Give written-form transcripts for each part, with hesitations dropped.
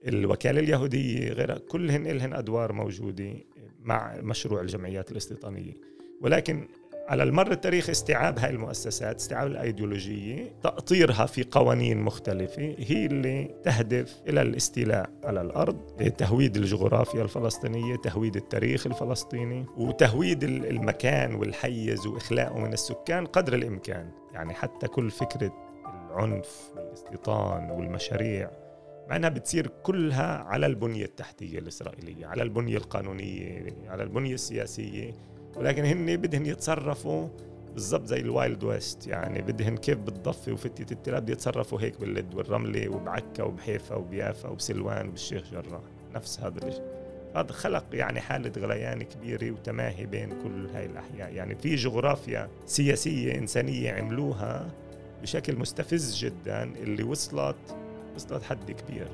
الوكالة اليهودية غيرها، كلهن لهن أدوار موجودة مع مشروع الجمعيات الاستيطانية. ولكن على المر التاريخي استيعاب هاي المؤسسات، استيعاب الأيديولوجية، تأطيرها في قوانين مختلفة هي اللي تهدف إلى الاستيلاء على الأرض، تهويد الجغرافيا الفلسطينية، تهويد التاريخ الفلسطيني، وتهويد المكان والحيز وإخلاءه من السكان قدر الإمكان. يعني حتى كل فكرة العنف والاستيطان والمشاريع مع أنها بتصير كلها على البنية التحتية الإسرائيلية، على البنية القانونية، على البنية السياسية، ولكن هن بدهن يتصرفوا بالضبط زي الوايلد ويست. يعني بدهن كيف بالضفة وفتية التلاب بده يتصرفوا هيك باللد والرملة وبعكا وبحيفا وبيافا وبسلوان وبالشيخ جراح، نفس هذا الشيء. هذا خلق يعني حالة غليان كبيرة وتماهي بين كل هاي الأحياء. يعني في جغرافيا سياسية إنسانية عملوها بشكل مستفز جدا، اللي وصلت حد كبير.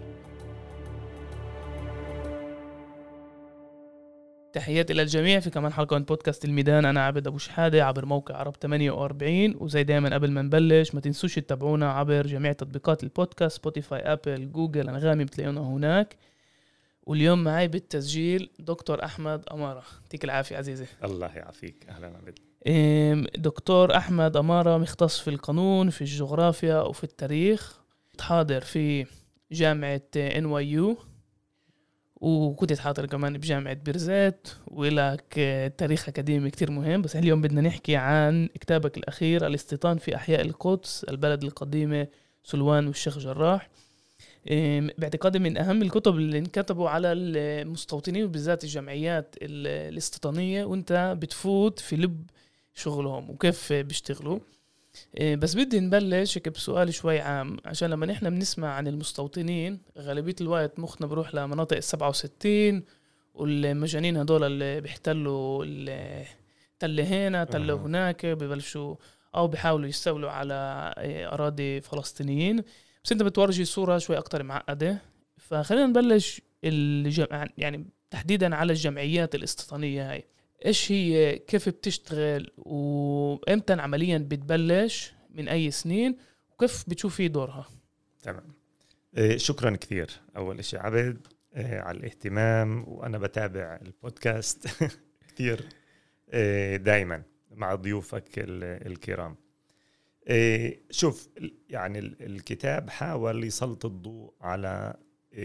تحياتي للجميع في كمان حلقة من بودكاست الميدان. أنا عبد أبو شحادة عبر موقع عرب 48. وزي دايما قبل ما نبلش ما تنسوش تتابعونا عبر جميع تطبيقات البودكاست، سبوتيفاي، أبل، جوجل، أنغامي، بتلاقونا هناك. واليوم معي بالتسجيل دكتور أحمد أمارة. يعطيك العافية عزيزي. الله يعافيك. أهلا عبد. دكتور أحمد أمارة مختص في القانون، في الجغرافيا وفي التاريخ، حاضر في جامعة NYU، وكنت حاضر كمان بجامعة بيرزيت، ولك تاريخ أكاديمي كتير مهم. بس اليوم بدنا نحكي عن كتابك الأخير الاستيطان في أحياء القدس، البلد القديمة، سلوان والشيخ جراح. باعتقادي من أهم الكتب اللي انكتبوا على المستوطنين وبالذات الجمعيات الاستيطانية، وانت بتفوت في لب شغلهم وكيف بيشتغلوا. بس بدي نبلش بسؤال شوي عام، عشان لما نحن بنسمع عن المستوطنين غالبية الوقت مخنا بروح لمناطق 67 والمجانين هدول اللي بيحتلوا تل هنا تل هناك، ببلشوا أو بيحاولوا يستولوا على أراضي فلسطينيين. بس أنت بتورجي صورة شوي أكتر معقدة. فخلينا نبلش يعني تحديدا على الجمعيات الاستيطانية هاي. إيش هي، كيف بتشتغل، وإمتى عمليا بتبلش، من أي سنين، وكيف بتشوفي دورها؟ تمام. شكرا كثير أول شيء عبد على الاهتمام، وأنا بتابع البودكاست كثير دايما مع ضيوفك الكرام. شوف، يعني الكتاب حاول يسلط الضوء على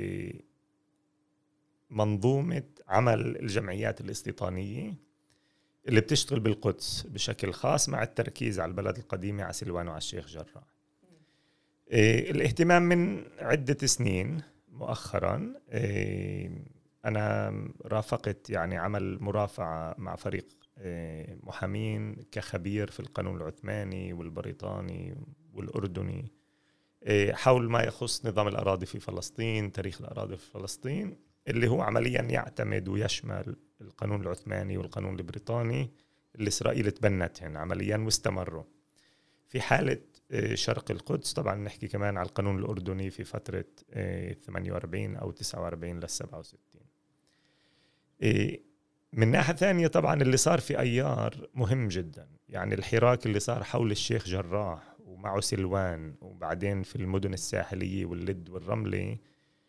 منظومة عمل الجمعيات الاستيطانية اللي بتشتغل بالقدس بشكل خاص، مع التركيز على البلد القديمة، على سلوان وعلى الشيخ جراح. الاهتمام من عدة سنين مؤخرا. أنا رافقت يعني عمل مرافعة مع فريق محامين كخبير في القانون العثماني والبريطاني والأردني حول ما يخص نظام الأراضي في فلسطين، تاريخ الأراضي في فلسطين، اللي هو عمليا يعتمد ويشمل القانون العثماني والقانون البريطاني اللي إسرائيل تبنتهن عمليا واستمروا. في حالة شرق القدس طبعا نحكي كمان على القانون الأردني في فترة 48 أو 49 لل67. من ناحية ثانية طبعا اللي صار في أيار مهم جدا، يعني الحراك اللي صار حول الشيخ جراح ومعه سلوان، وبعدين في المدن الساحلية واللد والرملة.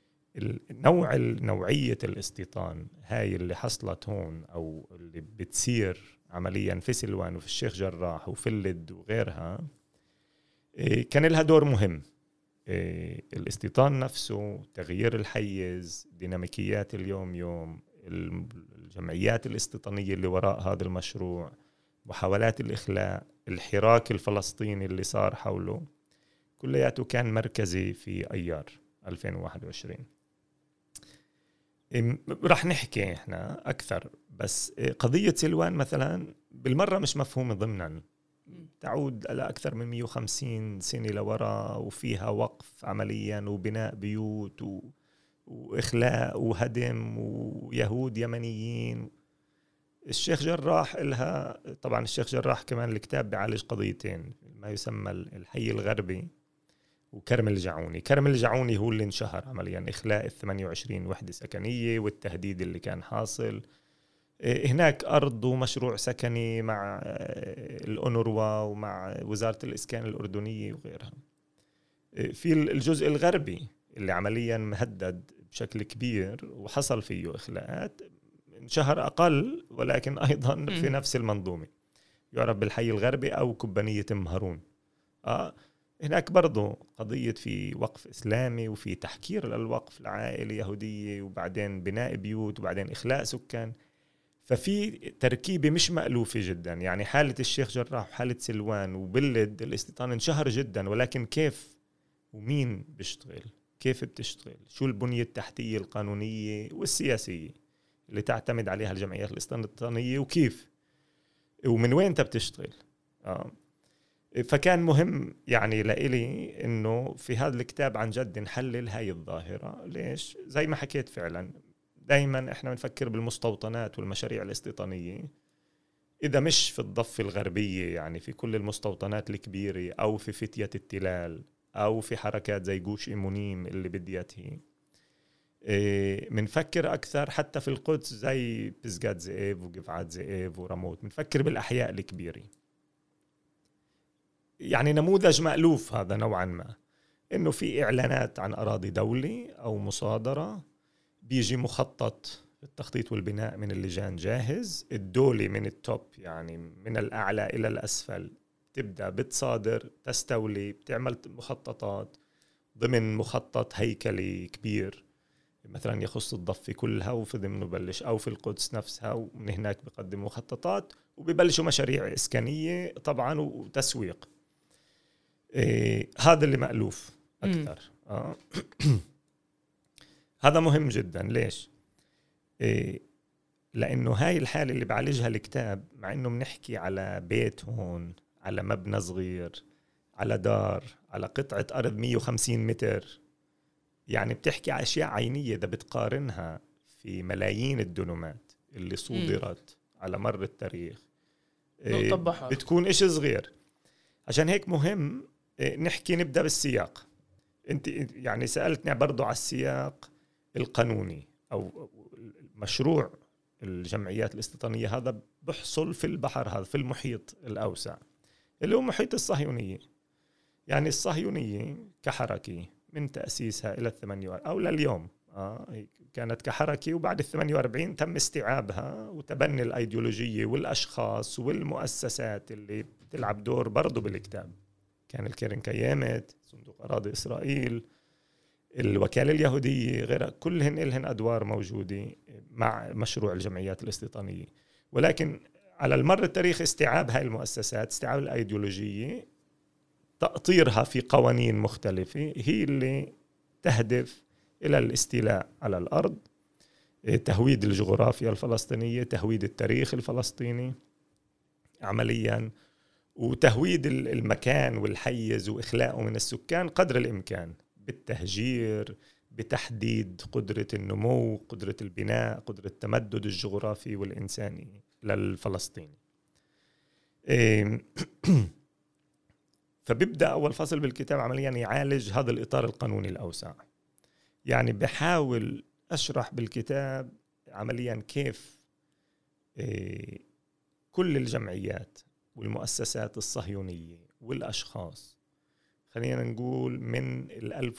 نوعية الاستيطان هاي اللي حصلت هون أو اللي بتصير عمليا في سلوان وفي الشيخ جراح وفي اللد وغيرها، كان لها دور مهم. الاستيطان نفسه، تغيير الحيز، ديناميكيات اليوم يوم، الجمعيات الاستيطانية اللي وراء هذا المشروع، محاولات الإخلاء، الحراك الفلسطيني اللي صار حوله، كلياته كان مركزي في أيار 2021. رح نحكي إحنا أكثر، بس قضية سلوان مثلا بالمرة مش مفهومة ضمنا، تعود لأكثر من 150 سنة لورا، وفيها وقف عمليا وبناء بيوت وإخلاء وهدم ويهود يمنيين. الشيخ جراح إلها طبعا، الشيخ جراح كمان الكتاب بيعالج قضيتين، ما يسمى الحي الغربي وكرم الجعوني. كرم الجعوني هو اللي انشهر عمليا، إخلاء 28 وحدة سكنية والتهديد اللي كان حاصل هناك، أرض ومشروع سكني مع الأونروا ومع وزارة الإسكان الأردنية وغيرها. في الجزء الغربي اللي عمليا مهدد بشكل كبير وحصل فيه إخلاءات، انشهر أقل ولكن أيضا في نفس المنظومة، يعرف بالحي الغربي أو كبانية مهرون. هناك برضو قضية في وقف إسلامي وفي تحكير للوقف لعائلة يهودية، وبعدين بناء بيوت، وبعدين إخلاء سكان. ففي تركيبة مش مألوفة جدا. يعني حالة الشيخ جراح وحالة سلوان وبلد الاستيطان انشهر جدا، ولكن كيف ومين بيشتغل، كيف بتشتغل، شو البنية التحتية القانونية والسياسية اللي تعتمد عليها الجمعيات الاستيطانية، وكيف ومن وين انت بتشتغل. فكان مهم يعني لإلي إنه في هذا الكتاب عن جد نحلل هاي الظاهرة. ليش؟ زي ما حكيت فعلا دايما إحنا بنفكر بالمستوطنات والمشاريع الاستيطانية، إذا مش في الضفة الغربية يعني في كل المستوطنات الكبيرة، أو في فتية التلال، أو في حركات زي جوش إيمونيم اللي بديته، منفكر أكثر حتى في القدس زي بسقات زئيب وقفعات زئيب ورموت، منفكر بالأحياء الكبيرة. يعني نموذج مألوف هذا نوعا ما، إنه في إعلانات عن أراضي دولي أو مصادرة، بيجي مخطط التخطيط والبناء من اللجان جاهز، الدولي من التوب يعني من الأعلى إلى الأسفل تبدأ بتصادر، تستولي، بتعمل مخططات ضمن مخطط هيكلي كبير مثلا يخص الضفة كلها وفي ضمنه بلش، أو في القدس نفسها، ومن هناك بقدم مخططات وبيبلشوا مشاريع إسكانية طبعا وتسويق. هذا اللي مألوف أكثر. هذا مهم جدا. ليش؟ لأنه هاي الحالة اللي بعالجها الكتاب، مع أنه بنحكي على بيت هون، على مبنى صغير، على دار، على قطعة أرض 150 متر، يعني بتحكي على أشياء عينية إذا بتقارنها في ملايين الدنومات اللي صودرت على مر التاريخ، بتكون إشي صغير. عشان هيك مهم نحكي، نبدأ بالسياق. أنت يعني سألتني برضو على السياق القانوني أو مشروع الجمعيات الاستيطانية. هذا بحصل في البحر، هذا في المحيط الأوسع اللي هو محيط الصهيونية. يعني الصهيونية كحركة من تأسيسها إلى 48 أو لليوم كانت كحركة، وبعد 48 تم استيعابها وتبني الأيديولوجية والأشخاص والمؤسسات اللي بتلعب دور برضو بالكتاب. كان الكيرن كيامت، صندوق أراضي إسرائيل، الوكالة اليهودية، غيرها، كلهن لهن أدوار موجودة مع مشروع الجمعيات الاستيطانية. ولكن على المر التاريخي استيعاب هاي المؤسسات، استيعاب الأيديولوجية، تأطيرها في قوانين مختلفة، هي اللي تهدف إلى الاستيلاء على الأرض، تهويد الجغرافيا الفلسطينية، تهويد التاريخ الفلسطيني عملياً، وتهويد المكان والحيز وإخلاءه من السكان قدر الإمكان، بالتهجير، بتحديد قدرة النمو، قدرة البناء، قدرة التمدد الجغرافي والإنساني للفلسطيني. فبيبدأ أول فصل بالكتاب عمليا يعالج هذا الإطار القانوني الأوسع. يعني بحاول أشرح بالكتاب عمليا كيف كل الجمعيات والمؤسسات الصهيونية والأشخاص، خلينا نقول من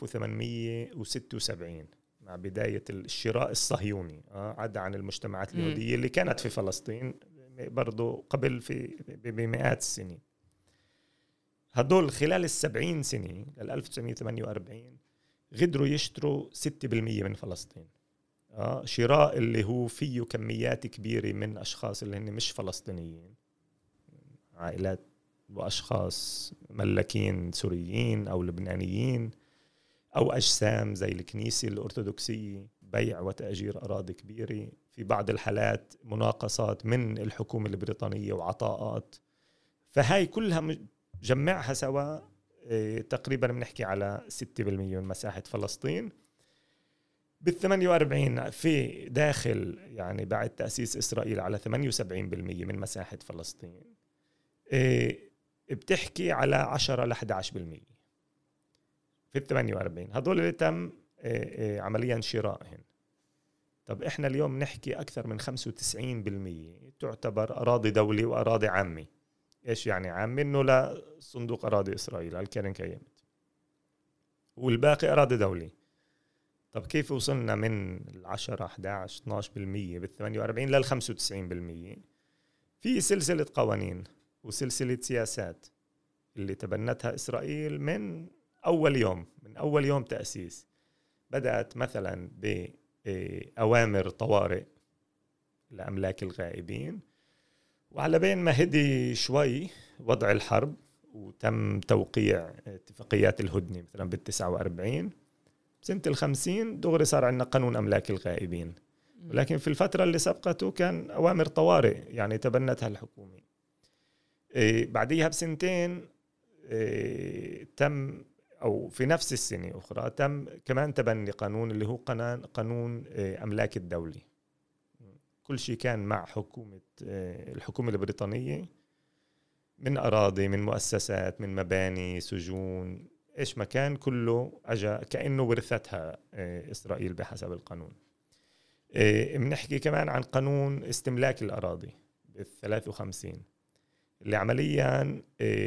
1876 مع بداية الشراء الصهيوني، عدا عن المجتمعات اليهودية اللي كانت في فلسطين برضو قبل بمئات السنين، هدول خلال 70 سنة 1948 قدروا يشتروا 6% من فلسطين. شراء اللي هو فيه كميات كبيرة من أشخاص اللي هن مش فلسطينيين، عائلات وأشخاص ملكين سوريين أو لبنانيين، أو أجسام زي الكنيسة الأرثوذكسية، بيع وتأجير أراضي كبيرة، في بعض الحالات مناقصات من الحكومة البريطانية وعطاءات. فهاي كلها جمعها سوا تقريبا بنحكي على 6% من مساحة فلسطين. بال48 في داخل يعني بعد تأسيس إسرائيل على 78% من مساحة فلسطين، بتحكي على 10 ل 11% في 48. هذول اللي تم عمليا شرائهن. طب إحنا اليوم نحكي أكثر من 95% تعتبر أراضي دولي وأراضي عامة. إيش يعني عامة؟ إنه لصندوق أراضي إسرائيل الكيرن كيامت، والباقي أراضي دولي. طب كيف وصلنا من 10 11 12% بال48 لل 95%؟ في سلسلة قوانين وسلسلة سياسات اللي تبنتها إسرائيل من أول يوم تأسيس. بدأت مثلا بأوامر طوارئ لأملاك الغائبين، وعلى بين ما هدي شوي وضع الحرب وتم توقيع اتفاقيات الهدنة مثلا بال49 سنة 50 دغري صار عندنا قانون أملاك الغائبين. ولكن في الفترة اللي سبقته كان أوامر طوارئ يعني تبنتها الحكومة. بعديها بسنتين تم، أو في نفس السنة أخرى تم كمان تبني قانون اللي هو قانون أملاك الدولي. كل شيء كان مع الحكومة البريطانية، من أراضي، من مؤسسات، من مباني، سجون، إيش مكان، كله أجا كأنه ورثتها إسرائيل بحسب القانون. بنحكي كمان عن قانون استملاك الأراضي بال53 اللي عمليا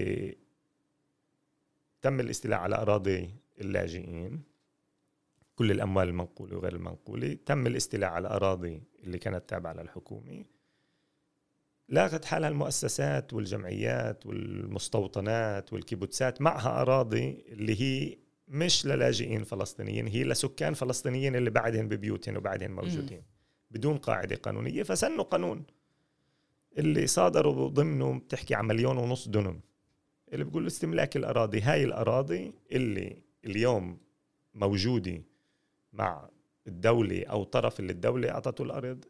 تم الاستيلاء على أراضي اللاجئين، كل الأموال المنقولة وغير المنقولة، تم الاستيلاء على أراضي اللي كانت تابعة للحكومة. لاقت حالها المؤسسات والجمعيات والمستوطنات والكيبوتسات معها أراضي اللي هي مش للاجئين فلسطينيين، هي لسكان فلسطينيين اللي بعدهم ببيوتهم وبعدهم موجودين بدون قاعدة قانونية. فسنوا قانون اللي صادروا ضمنه بتحكي عن 1.5 مليون دنم، اللي بيقول استملاك الأراضي. هاي الأراضي اللي اليوم موجودة مع الدولة أو طرف اللي الدولة أعطته الأرض،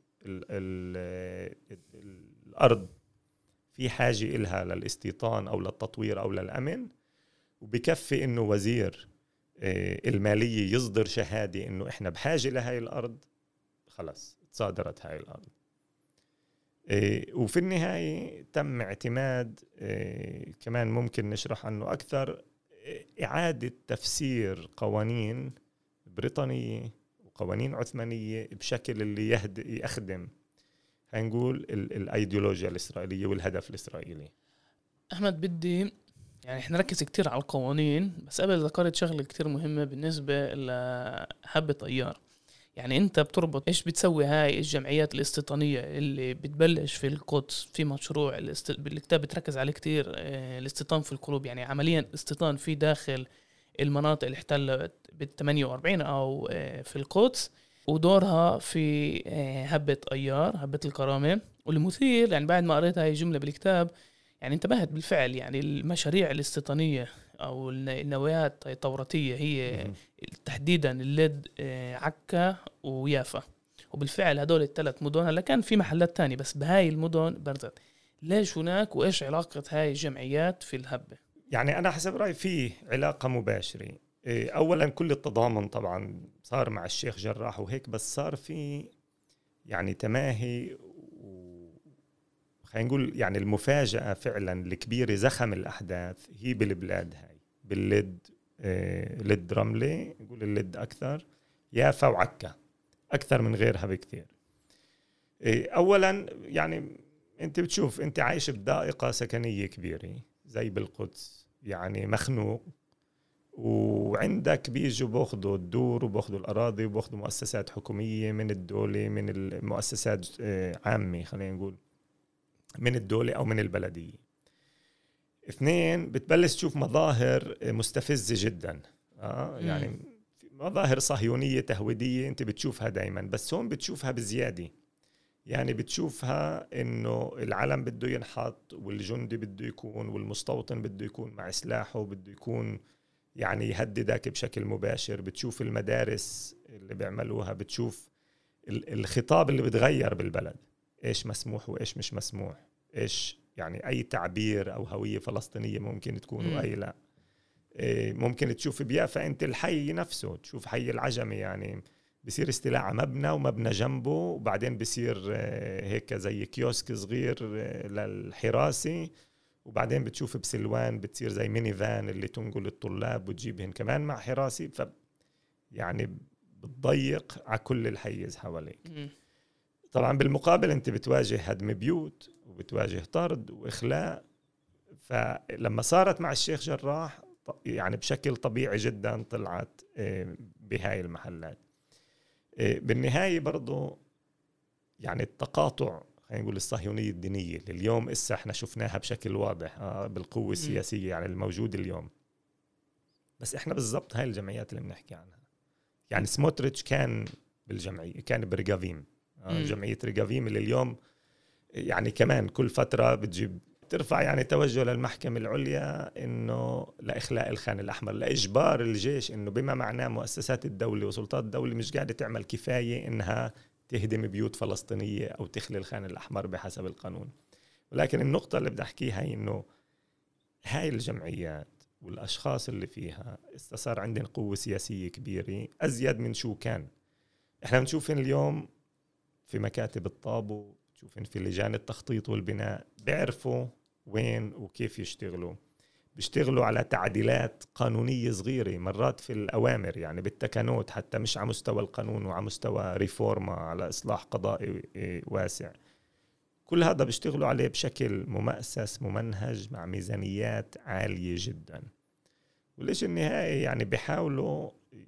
الأرض في حاجة إلها للاستيطان أو للتطوير أو للأمن، وبكفي إنه وزير المالية يصدر شهادة إنه إحنا بحاجة لهاي الأرض، خلاص تصادرت هاي الأرض. وفي النهاية تم اعتماد كمان ممكن نشرح عنه أكثر، إعادة تفسير قوانين بريطانية وقوانين عثمانية بشكل اللي يخدم هنقول الأيديولوجيا الإسرائيلية والهدف الإسرائيلي. أحمد، بدي يعني إحنا نركز كتير على القوانين، بس قبل ذكرت شغلة كتير مهمة بالنسبة لهبة طيار. يعني أنت بتربط إيش بتسوي هاي الجمعيات الاستيطانية اللي بتبلش في القدس في مشروع بالكتاب بتركز عليه كتير، الاستيطان في القلوب، يعني عمليا استيطان في داخل المناطق اللي احتلت بال48 أو في القدس، ودورها في هبة أيار، هبة الكرامة. والمثير يعني بعد ما قريت هاي الجملة بالكتاب يعني انتبهت بالفعل، يعني المشاريع الاستيطانية أو النوايات التوراتية هي تحديدا اللد، عكا ويافا. وبالفعل هدول ال3 مدن، هلا كان في محلات تانية بس بهاي المدن برزت. ليش هناك وإيش علاقة هاي الجمعيات في الهبة؟ يعني أنا حسب رأيي فيه علاقة مباشرة. أولا كل التضامن طبعا صار مع الشيخ جراح وهيك، بس صار في يعني تماهي خلينا نقول يعني المفاجأة فعلا الكبيرة زخم الأحداث هي بالبلاد هاي، باللد، لد رملة، نقول اللد أكثر، يافا وعكا أكثر من غيرها بكثير. أولا يعني أنت بتشوف أنت عايش بضائقة سكنية كبيرة زي بالقدس، يعني مخنوق، وعندك بيجوا بأخذوا الدور وبأخذوا الأراضي وبأخذوا مؤسسات حكومية من الدولة، من المؤسسات عامة خلينا نقول من الدولة أو من البلدية. 2 بتبلش تشوف مظاهر مستفزة جدا، يعني مظاهر صهيونية تهويدية أنت بتشوفها دايما، بس هون بتشوفها بزيادة. يعني بتشوفها إنه العلم بده ينحط، والجندي بده يكون، والمستوطن بده يكون مع سلاحه، بده يكون يعني يهددك بشكل مباشر. بتشوف المدارس اللي بيعملوها، بتشوف الخطاب اللي بتغير بالبلد، إيش مسموح وإيش مش مسموح، إيش يعني أي تعبير أو هوية فلسطينية ممكن تكون وأي لا. ممكن تشوف بيافا أنت الحي نفسه، تشوف حي العجمي يعني بصير استيلاء على مبنى ومبنى جنبه، وبعدين بصير هيك زي كيوسك صغير للحراسة، وبعدين بتشوف بسلوان بتصير زي ميني فان اللي تنقل الطلاب وتجيبهن كمان مع حراسة. يعني بتضيق على كل الحيز حواليك. طبعا بالمقابل انت بتواجه هدم بيوت وبتواجه طرد واخلاء. فلما صارت مع الشيخ جراح يعني بشكل طبيعي جدا طلعت بهاي المحلات. بالنهاية برضو يعني التقاطع خلينا نقول الصهيونية الدينية اللي اليوم إسا احنا شفناها بشكل واضح بالقوة السياسية يعني الموجودة اليوم. بس احنا بالضبط هاي الجمعيات اللي بنحكي عنها. يعني سموتريتش كان بالجمعية، كان بريغافيم، جمعية ريغافيم اللي اليوم يعني كمان كل فترة ترفع يعني توجه للمحكمة العليا إنه لإخلاء الخان الأحمر، لإجبار الجيش إنه بما معناه مؤسسات الدولة وسلطات الدولة مش قاعدة تعمل كفاية إنها تهدم بيوت فلسطينية أو تخلي الخان الأحمر بحسب القانون. ولكن النقطة اللي بدي أحكيها هي إنه هاي الجمعيات والأشخاص اللي فيها صار عندهم قوة سياسية كبيرة أزيد من شو كان. إحنا بنشوفين اليوم في مكاتب الطابو، بنشوفين في لجان التخطيط والبناء، بيعرفوا وين وكيف يشتغلوا. بيشتغلوا على تعديلات قانونية صغيرة مرات في الأوامر، يعني بالتكنوت حتى مش على مستوى القانون وعلى مستوى ريفورما على إصلاح قضائي واسع. كل هذا بيشتغلوا عليه بشكل ممأسس ممنهج مع ميزانيات عالية جدا. والإشي النهائي يعني بيحاولوا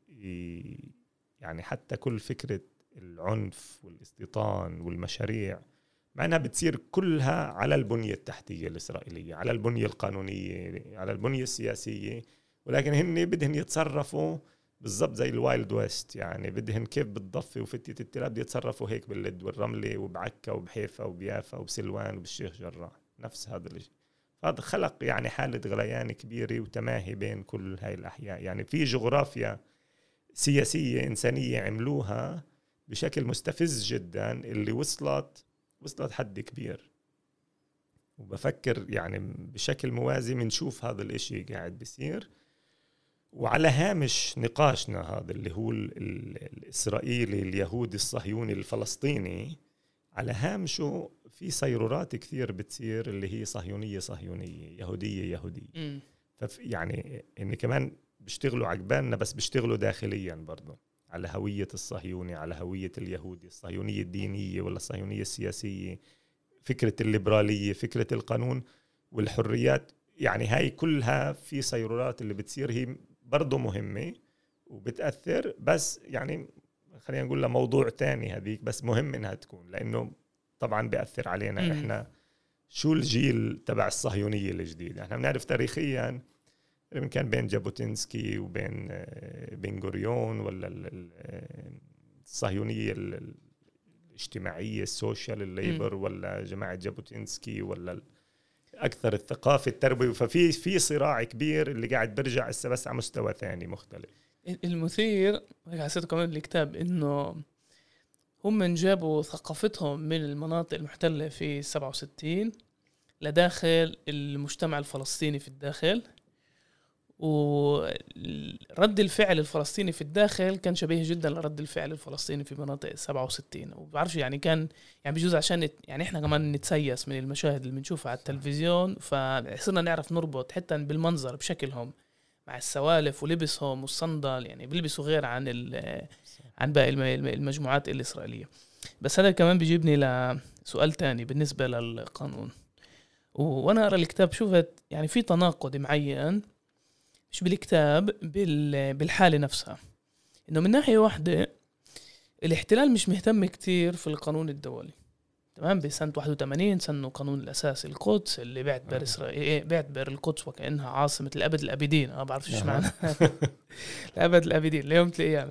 يعني حتى كل فكرة العنف والاستيطان والمشاريع مع أنها بتصير كلها على البنية التحتية الإسرائيلية، على البنية القانونية، على البنية السياسية، ولكن هن بدهن يتصرفوا بالضبط زي الوايلد ويست. يعني بدهن كيف بالضفة وفتية التلاب دي يتصرفوا هيك باللد والرملة وبعكا وبحيفا وبيافا وبسلوان وبالشيخ جراح، نفس هذا الشيء. هذا خلق يعني حالة غليان كبيرة وتماهي بين كل هاي الأحياء. يعني في جغرافيا سياسية إنسانية عملوها بشكل مستفز جدا اللي وصلت حد كبير. وبفكر يعني بشكل موازي منشوف هذا الاشي قاعد بيصير. وعلى هامش نقاشنا هذا اللي هو الإسرائيلي اليهودي الصهيوني الفلسطيني، على هامشه في صيرورات كثير بتصير اللي هي صهيونية يهودية. يعني إن كمان بيشتغلوا عقبالنا، بس بيشتغلوا داخليا برضو على هوية الصهيوني، على هوية اليهودي، الصهيونية الدينية ولا الصهيونية السياسية، فكرة الليبرالية، فكرة القانون والحريات. يعني هاي كلها في صيرورات اللي بتصير هي برضو مهمة وبتأثر. بس يعني خلينا نقول له موضوع تاني هذيك، بس مهم إنها تكون، لأنه طبعا بيأثر علينا إحنا شو الجيل تبع الصهيونية الجديد. احنا بنعرف تاريخيا من كان بين جابوتينسكي وبين بن غوريون ولا الصهيونية الاجتماعية السوشيال الليبر ولا جماعة جابوتينسكي ولا أكثر الثقافة التربوية. ففي صراع كبير اللي قاعد برجع بس على مستوى ثاني مختلف. المثير حسيته كمان بالكتاب إنه هم جابوا ثقافتهم من المناطق المحتلة في 67 لداخل المجتمع الفلسطيني في الداخل، ورد الفعل الفلسطيني في الداخل كان شبيه جدا لرد الفعل الفلسطيني في مناطق 67. وبعرفش يعني كان يعني بجوز عشان يعني احنا كمان نتسيس من المشاهد اللي بنشوفها على التلفزيون، فصرنا نعرف نربط حتى بالمنظر بشكلهم مع السوالف ولبسهم والصندل، يعني بيلبسوا غير عن باقي المجموعات الإسرائيلية. بس هذا كمان بيجيبني لسؤال تاني بالنسبة للقانون. وانا أقرأ الكتاب شوفت يعني في تناقض معين مش بالكتاب بالحالة نفسها، إنه من ناحية واحدة الاحتلال مش مهتم كتير في القانون الدولي، تمام؟ بسنة 81 سنوا قانون الأساس القدس اللي بيعتبر إسرائيل بيعتبر القدس وكأنها عاصمة الأبد الأبدين. أنا بعرف إيش معنى الأبد الأبدين ليوم القيامة.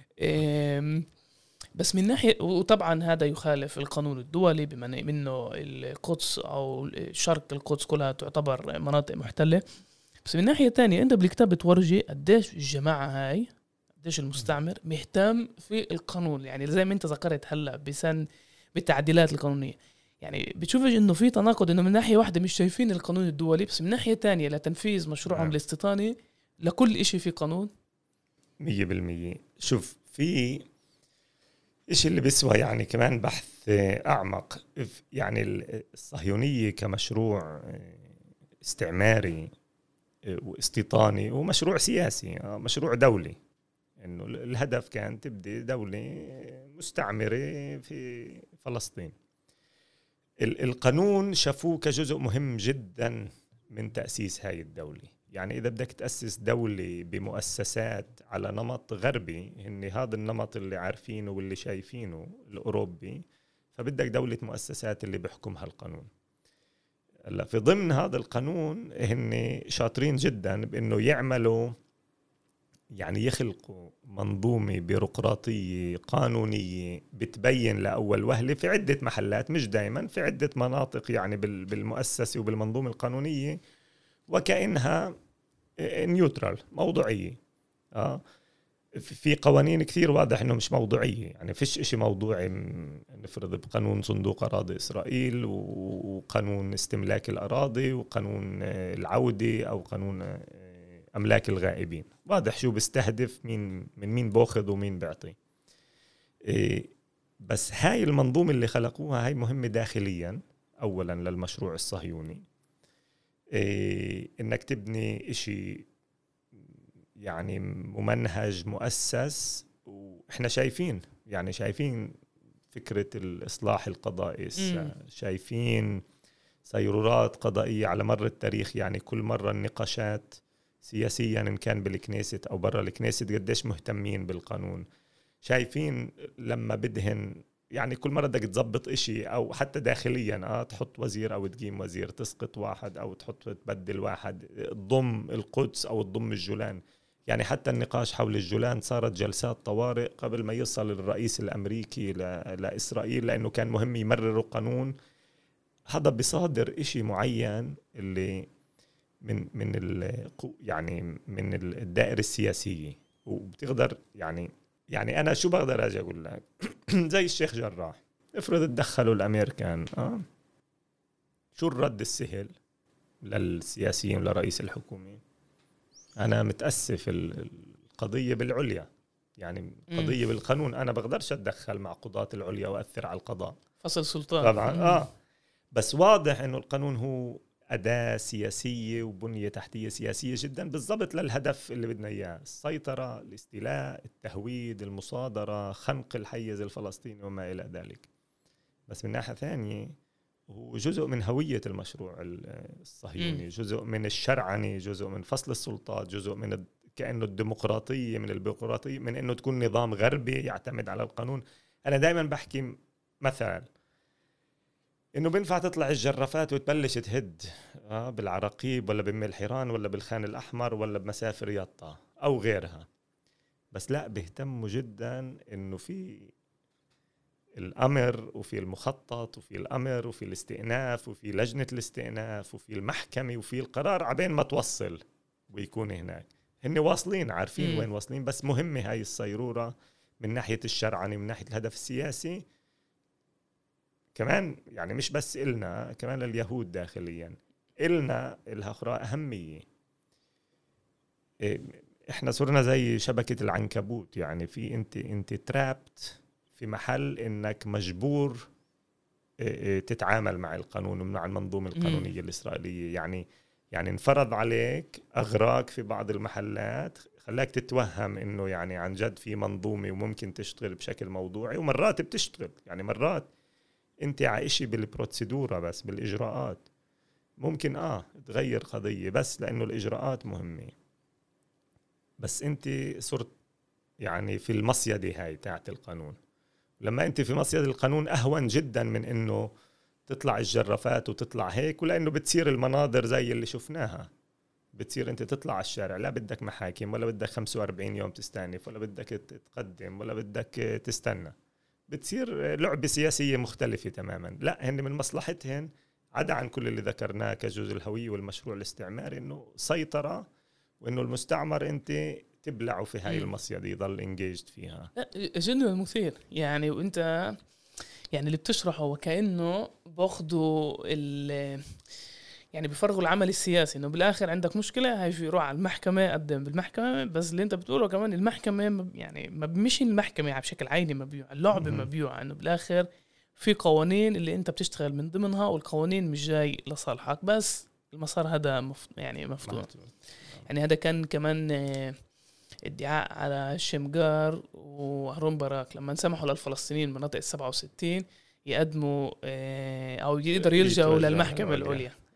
بس من ناحية، وطبعا هذا يخالف القانون الدولي بما إنه القدس أو شرق القدس كلها تعتبر مناطق محتلة. بس من ناحية تانية أنت بالكتاب بتورجي قديش الجماعة هاي، قديش المستعمر مهتم في القانون، يعني زي ما أنت ذكرت هلأ بالتعديلات القانونية. يعني بتشوفش إنه في تناقض، إنه من ناحية واحدة مش شايفين القانون الدولي، بس من ناحية تانية لتنفيذ مشروعهم الاستيطاني لكل إشي في قانون 100%. شوف في إشي اللي بيسوى يعني كمان بحث أعمق. يعني الصهيونية كمشروع استعماري واستيطاني ومشروع سياسي، مشروع دولي، إنه الهدف كان تبدي دولة مستعمرة في فلسطين. القانون شافوه كجزء مهم جدا من تأسيس هاي الدولة. يعني إذا بدك تأسس دولة بمؤسسات على نمط غربي، إن هذا النمط اللي عارفينه واللي شايفينه الأوروبي، فبدك دولة مؤسسات اللي بيحكمها القانون. هلا في ضمن هذا القانون هن شاطرين جدا بأنه يعملوا، يعني يخلقوا منظومة بيروقراطية قانونية بتبين لأول وهلة في عدة محلات، مش دايما، في عدة مناطق يعني بالمؤسسة وبالمنظومة القانونية، وكأنها نيوترال، موضوعية. في قوانين كثير واضح انه مش موضوعية، يعني فيش اشي موضوعي. نفرض بقانون صندوق اراضي اسرائيل، وقانون استملاك الاراضي، وقانون العودة، او قانون املاك الغائبين، واضح شو بيستهدف، مين باخذ ومين بيعطي. بس هاي المنظومة اللي خلقوها هاي مهمة داخليا اولا للمشروع الصهيوني، انك تبني اشي يعني ممنهج مؤسس. وإحنا شايفين فكرة الإصلاح القضائي، شايفين صيرورات قضائية على مر التاريخ. يعني كل مرة النقاشات سياسيا إن كان بالكنيست أو برا الكنيست قديش مهتمين بالقانون. شايفين لما بدهن يعني كل مرة بدك تزبط إشي، أو حتى داخليا تحط وزير أو تقيم وزير، تسقط واحد أو تبدل واحد، تضم القدس أو تضم الجولان. يعني حتى النقاش حول الجولان صارت جلسات طوارئ قبل ما يصل الرئيس الأمريكي لإسرائيل، لأنه كان مهم يمرروا قانون. هذا بصادر إشي معين اللي من الدائرة السياسية، وبتقدر يعني أنا شو بقدر أجي أقول لك زي الشيخ جراح، افرض تدخلوا الأمريكان، شو الرد السهل للسياسيين ولرئيس الحكومة؟ أنا متأسف، القضية بالعليا، يعني قضية بالقانون، أنا بقدرش أتدخل مع قضاة العليا وأثر على القضاء، فصل سلطان طبعا. بس واضح إنه القانون هو أداة سياسية وبنية تحتية سياسية جدا، بالضبط للهدف اللي بدنا إياه: السيطرة، الاستيلاء، التهويد، المصادرة، خنق الحيز الفلسطيني وما إلى ذلك. بس من ناحية ثانية هو جزء من هوية المشروع الصهيوني، جزء من الشرعنة، جزء من فصل السلطات، جزء من كأنه الديمقراطية، من البيروقراطية، من إنه تكون نظام غربي يعتمد على القانون. أنا دايما بحكي مثلا إنه بينفع تطلع الجرافات وتبلش تهد بالعراقيب ولا بأم الحيران ولا بالخان الأحمر ولا بمسافر يطا أو غيرها، بس لا، بيهتموا جدا إنه في الأمر وفي المخطط وفي الأمر وفي الاستئناف وفي لجنة الاستئناف وفي المحكمة وفي القرار عبين ما توصل ويكون هناك. هن واصلين، عارفين وين واصلين، بس مهمة هاي الصيرورة من ناحية الشرعنة، من ناحية الهدف السياسي كمان. يعني مش بس إلنا، كمان لليهود داخليا إلنا أخرى أهمية. إحنا صرنا زي شبكة العنكبوت، يعني في أنت ترابت في محل إنك مجبور تتعامل مع القانون ومع المنظومة القانونية الإسرائيلية. يعني انفرض عليك، أغراك في بعض المحلات، خلاك تتوهم إنه يعني عن جد في منظومة وممكن تشتغل بشكل موضوعي، ومرات بتشتغل. يعني مرات أنت عايشي بالبروتسيدورة، بس بالإجراءات ممكن تغير قضية بس لأنه الإجراءات مهمة. بس أنت صرت يعني في المصيدة هاي تاعت القانون. لما أنت في مصيدة القانون أهون جدا من إنه تطلع الجرافات وتطلع هيك، ولأنه بتصير المناظر زي اللي شفناها. بتصير أنت تطلع على الشارع، لا بدك محاكم ولا بدك 45 يوم تستأنف ولا بدك تقدم ولا بدك تستنى. بتصير لعبة سياسية مختلفة تماما. لا، هن من مصلحتهن عدا عن كل اللي ذكرناه كجزء الهوية والمشروع الاستعماري، إنه سيطرة، وإنه المستعمر أنت تبلعه في هاي المصيدة، يضل انجيجد فيها. جدا مثير يعني. وانت يعني اللي بتشرحه وكأنه باخدوا يعني بيفرغوا العمل السياسي، انه بالاخر عندك مشكله هاي يروح على المحكمه، قدم بالمحكمه. بس اللي انت بتقوله كمان المحكمه يعني ما بمشي المحكمه يعني بشكل عيني مبيوع، اللعبه مبيوعه، انه بالاخر في قوانين اللي انت بتشتغل من ضمنها، والقوانين مش جاي لصالحك، بس المسار هذا يعني مفتوح. يعني هذا كان كمان ادعاء على شمجار وهارون باراك لما سمحوا للفلسطينيين مناطق 67 يقدموا أو يقدروا يلجأوا للمحكمة العليا.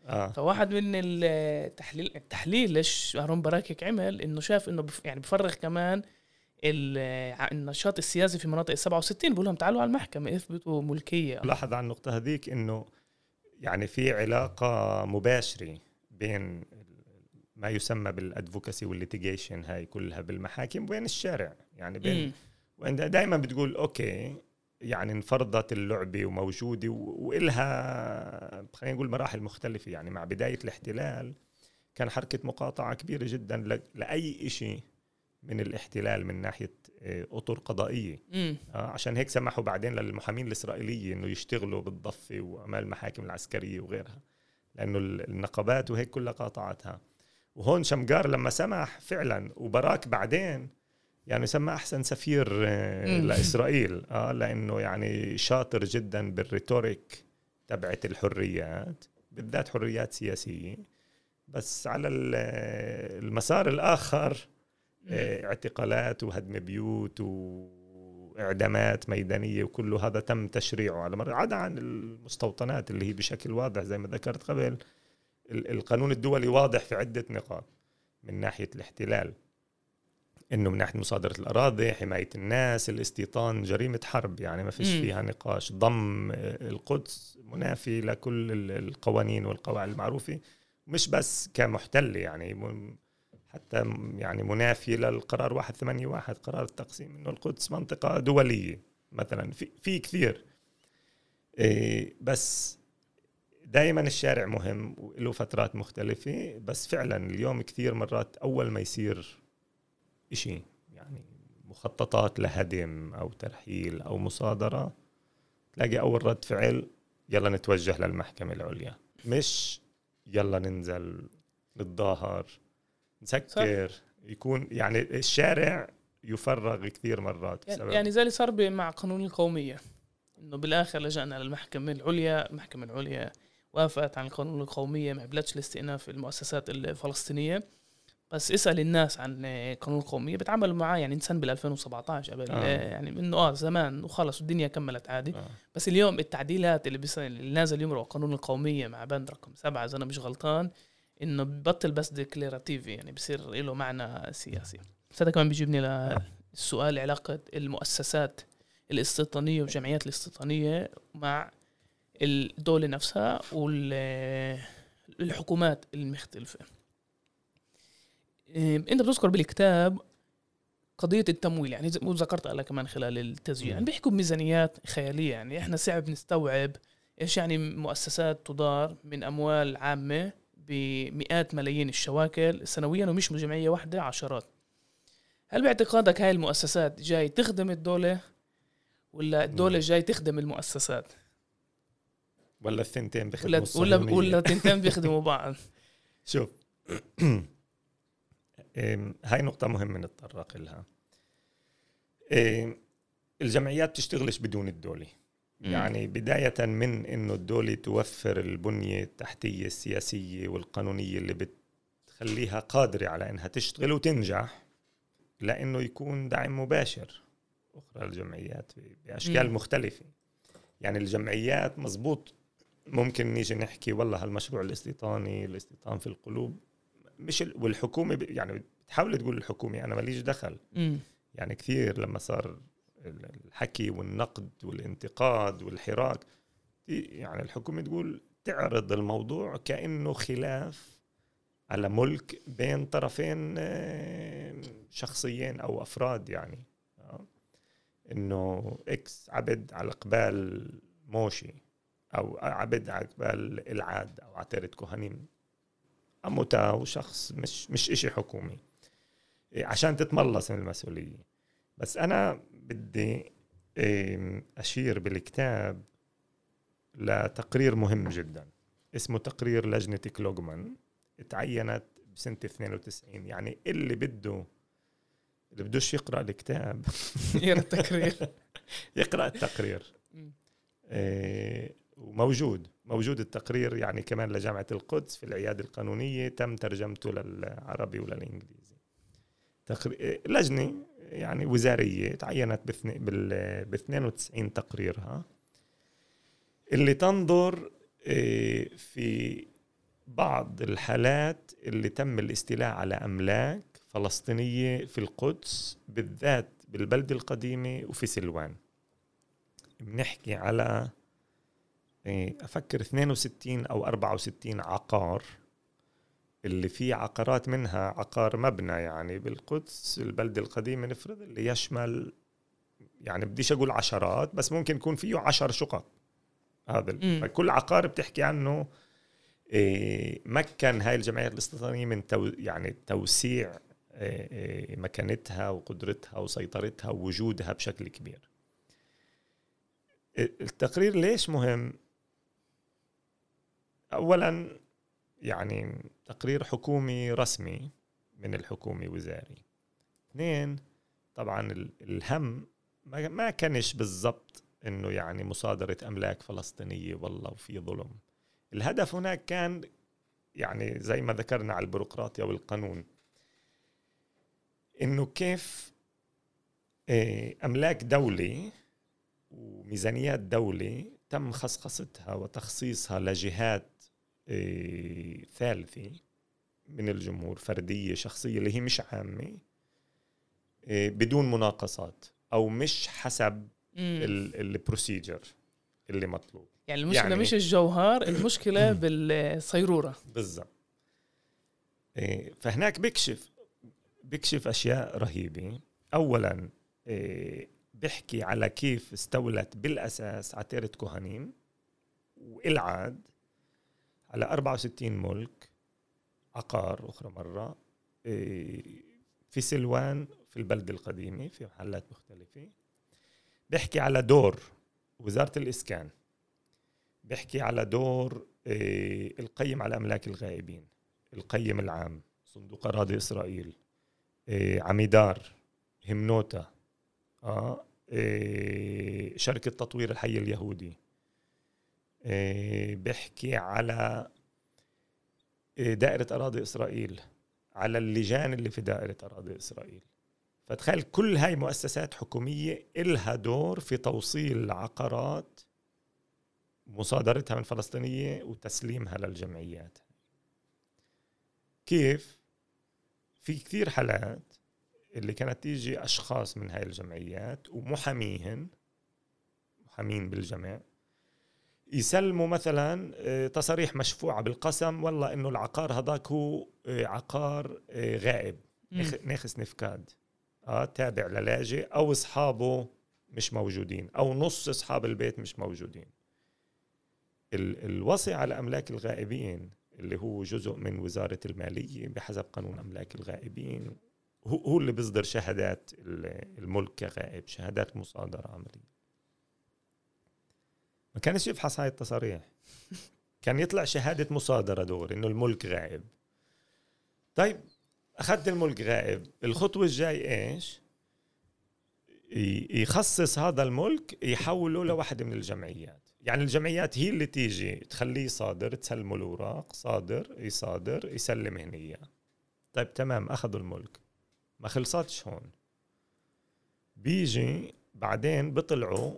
فواحد من التحليل ليش هارون باراك عمل إنه شاف إنه يعني بفرغ كمان النشاط السياسي في مناطق 67. بقول لهم تعالوا على المحكمة اثبتوا ملكية. لاحظ على النقطة هذيك إنه يعني في علاقة مباشرة بين ما يسمى بالادفوكاسي والليتيجيشن هاي كلها بالمحاكم وبين الشارع يعني بين وانت دائما بتقول اوكي يعني انفرضت اللعبة وموجودة وإلها خلينا نقول مراحل مختلفة. يعني مع بداية الاحتلال كان حركة مقاطعة كبيرة جدا لأي إشي من الاحتلال من ناحية أطر قضائية. عشان هيك سمحوا بعدين للمحامين الإسرائيليين إنه يشتغلوا بالضفة وأمام المحاكم العسكرية وغيرها لأنه النقابات وهيك كلها قاطعتها. وهون شمقار لما سمح فعلا وبراك بعدين يعني سمى أحسن سفير لإسرائيل لأنه يعني شاطر جدا بالريتوريك تبعت الحريات بالذات حريات سياسية. بس على المسار الآخر اعتقالات وهدم بيوت وإعدامات ميدانية وكل هذا تم تشريعه على مرة عدا عن المستوطنات اللي هي بشكل واضح زي ما ذكرت قبل. القانون الدولي واضح في عدة نقاط من ناحية الاحتلال إنه من ناحية مصادرة الأراضي حماية الناس الاستيطان جريمة حرب يعني ما فيش فيها نقاش. ضم القدس منافي لكل القوانين والقواعد المعروفة مش بس كمحتل يعني حتى يعني منافي للقرار 181 قرار التقسيم إنه القدس منطقة دولية مثلا في كثير. بس دائما الشارع مهم وله فترات مختلفة. بس فعلا اليوم كثير مرات أول ما يصير إشي يعني مخططات لهدم أو ترحيل أو مصادرة تلاقي أول رد فعل يلا نتوجه للمحكمة العليا مش يلا ننزل نتظاهر نسكر صح. يكون يعني الشارع يفرغ كثير مرات يعني زي اللي صار مع قانون القومية إنه بالآخر لجأنا للمحكمة العليا. المحكمة العليا وافقت عن القانون القومية ما قبلتش الاستئناف المؤسسات الفلسطينية. بس اسأل الناس عن قانون القومية بتعاملوا معاه يعني إنسان بال2017 قبل يعني منه زمان وخلص الدنيا كملت عادي. بس اليوم التعديلات اللي نازل يمرق قانون القومية مع بند رقم 7 إذا أنا مش غلطان إنه ببطل بس ديكلاراتيفي يعني بصير له معنى سياسي. هذا كمان بيجيبني للسؤال علاقة المؤسسات الاستيطانية والجمعيات الاستيطانية مع الدولة نفسها والحكومات المختلفة. انت بتذكر بالكتاب قضية التمويل يعني وذكرت لك كمان خلال التسجيل يعني بيحكوا بميزانيات خيالية. يعني احنا صعب نستوعب ايش يعني مؤسسات تدار من اموال عامة بمئات ملايين الشواكل سنويا ومش جمعية واحدة عشرات. هل باعتقادك هاي المؤسسات جاي تخدم الدولة ولا الدولة جاي تخدم المؤسسات ولا الثنتين بيخدموا الصهيونية ولا الثنتين بيخدموا بعض؟ شوف هاي نقطة مهمة نتطرق لها. الجمعيات تشتغلش بدون الدولة يعني بداية من إنه الدولة توفر البنية التحتية السياسية والقانونية اللي بتخليها قادرة على إنها تشتغل وتنجح لأنه يكون دعم مباشر أخرى الجمعيات بأشكال مختلفة. يعني الجمعيات مزبوط ممكن نيجي نحكي والله هالمشروع الاستيطان في القلوب مش والحكومة يعني بتحاول تقول الحكومة أنا ماليش دخل. يعني كثير لما صار الحكي والنقد والانتقاد والحراك يعني الحكومة تقول تعرض الموضوع كأنه خلاف على ملك بين طرفين شخصيين أو أفراد يعني إنه إكس عبد على قبال موشي أو عبد على قبال العاد أو عتيرة كهنين أموتا وشخص مش إشي حكومي عشان تتملص من المسؤولية. بس أنا بدي أشير بالكتاب لتقرير مهم جدا اسمه تقرير لجنة كلوغمان اتعينت بسنة 92. يعني اللي بدوش يقرأ الكتاب يقرأ التقرير وموجود التقرير يعني كمان لجامعة القدس في العيادة القانونية تم ترجمته للعربي وللإنجليزي. لجنة يعني وزارية تعينت ب 92 تقريرها اللي تنظر في بعض الحالات اللي تم الاستيلاء على أملاك فلسطينية في القدس بالذات بالبلدة القديمة وفي سلوان. بنحكي على أفكر 62 أو 64 عقار، اللي فيه عقارات منها عقار مبنى يعني بالقدس البلدة القديمة نفرض، اللي يشمل يعني بديش أقول عشرات بس ممكن يكون فيه 10 شقق. هذا فكل عقار بتحكي عنه مكن هاي الجمعيات الاستيطانية من يعني توسيع مكانتها وقدرتها وسيطرتها ووجودها بشكل كبير. التقرير ليش مهم؟ أولا يعني تقرير حكومي رسمي من الحكومة وزاري. اثنين طبعا الهم ما كانش بالضبط انه يعني مصادرة املاك فلسطينية والله وفي ظلم. الهدف هناك كان يعني زي ما ذكرنا على البيروقراطيا والقانون، انه كيف املاك دولة وميزانيات دولة تم خصخصتها وتخصيصها لجهات ثالثة من الجمهور، فردية شخصية اللي هي مش عامة، بدون مناقصات أو مش حسب البروسيجر اللي مطلوب. يعني المشكلة يعني مش الجوهر، المشكلة بالصيرورة بالضبط. فهناك بكشف أشياء رهيبة. أولا بيحكي على كيف استولت بالأساس عتيرة كوهانين وإلعاد على 64 ملك عقار أخرى مرة في سلوان في البلدة القديمة في محلات مختلفة. بيحكي على دور وزارة الإسكان، بيحكي على دور القيم على أملاك الغائبين، القيم العام، صندوق أراضي إسرائيل، عميدار، همنوتا، شركة تطوير الحي اليهودي. بيحكي على دائرة أراضي إسرائيل، على اللجان اللي في دائرة أراضي إسرائيل. فتخيل كل هاي مؤسسات حكومية إلها دور في توصيل العقارات، مصادرتها من فلسطينية وتسليمها للجمعيات. كيف في كثير حالات اللي كانت تيجي أشخاص من هاي الجمعيات ومحامين بالجمع يسلموا مثلا تصاريح مشفوعة بالقسم والله إنه العقار هذاك هو عقار غائب ناخس نفكاد تابع للاجئ أو أصحابه مش موجودين أو نص أصحاب البيت مش موجودين. الوصي على أملاك الغائبين اللي هو جزء من وزارة المالية بحسب قانون أملاك الغائبين هو اللي بيصدر شهادات الملك كغائب، شهادات مصادرة عملية. ما كانش يفحص هاي التصاريح، كان يطلع شهادة مصادرة دور إنه الملك غائب. طيب أخذت الملك غائب، الخطوة الجاي إيش؟ يخصص هذا الملك يحوله لواحدة من الجمعيات. يعني الجمعيات هي اللي تيجي تخليه صادر، تسلمه الأوراق، صادر يسلم هنية. طيب تمام، أخذوا الملك، ما خلصتش هون. بيجي بعدين بيطلعوا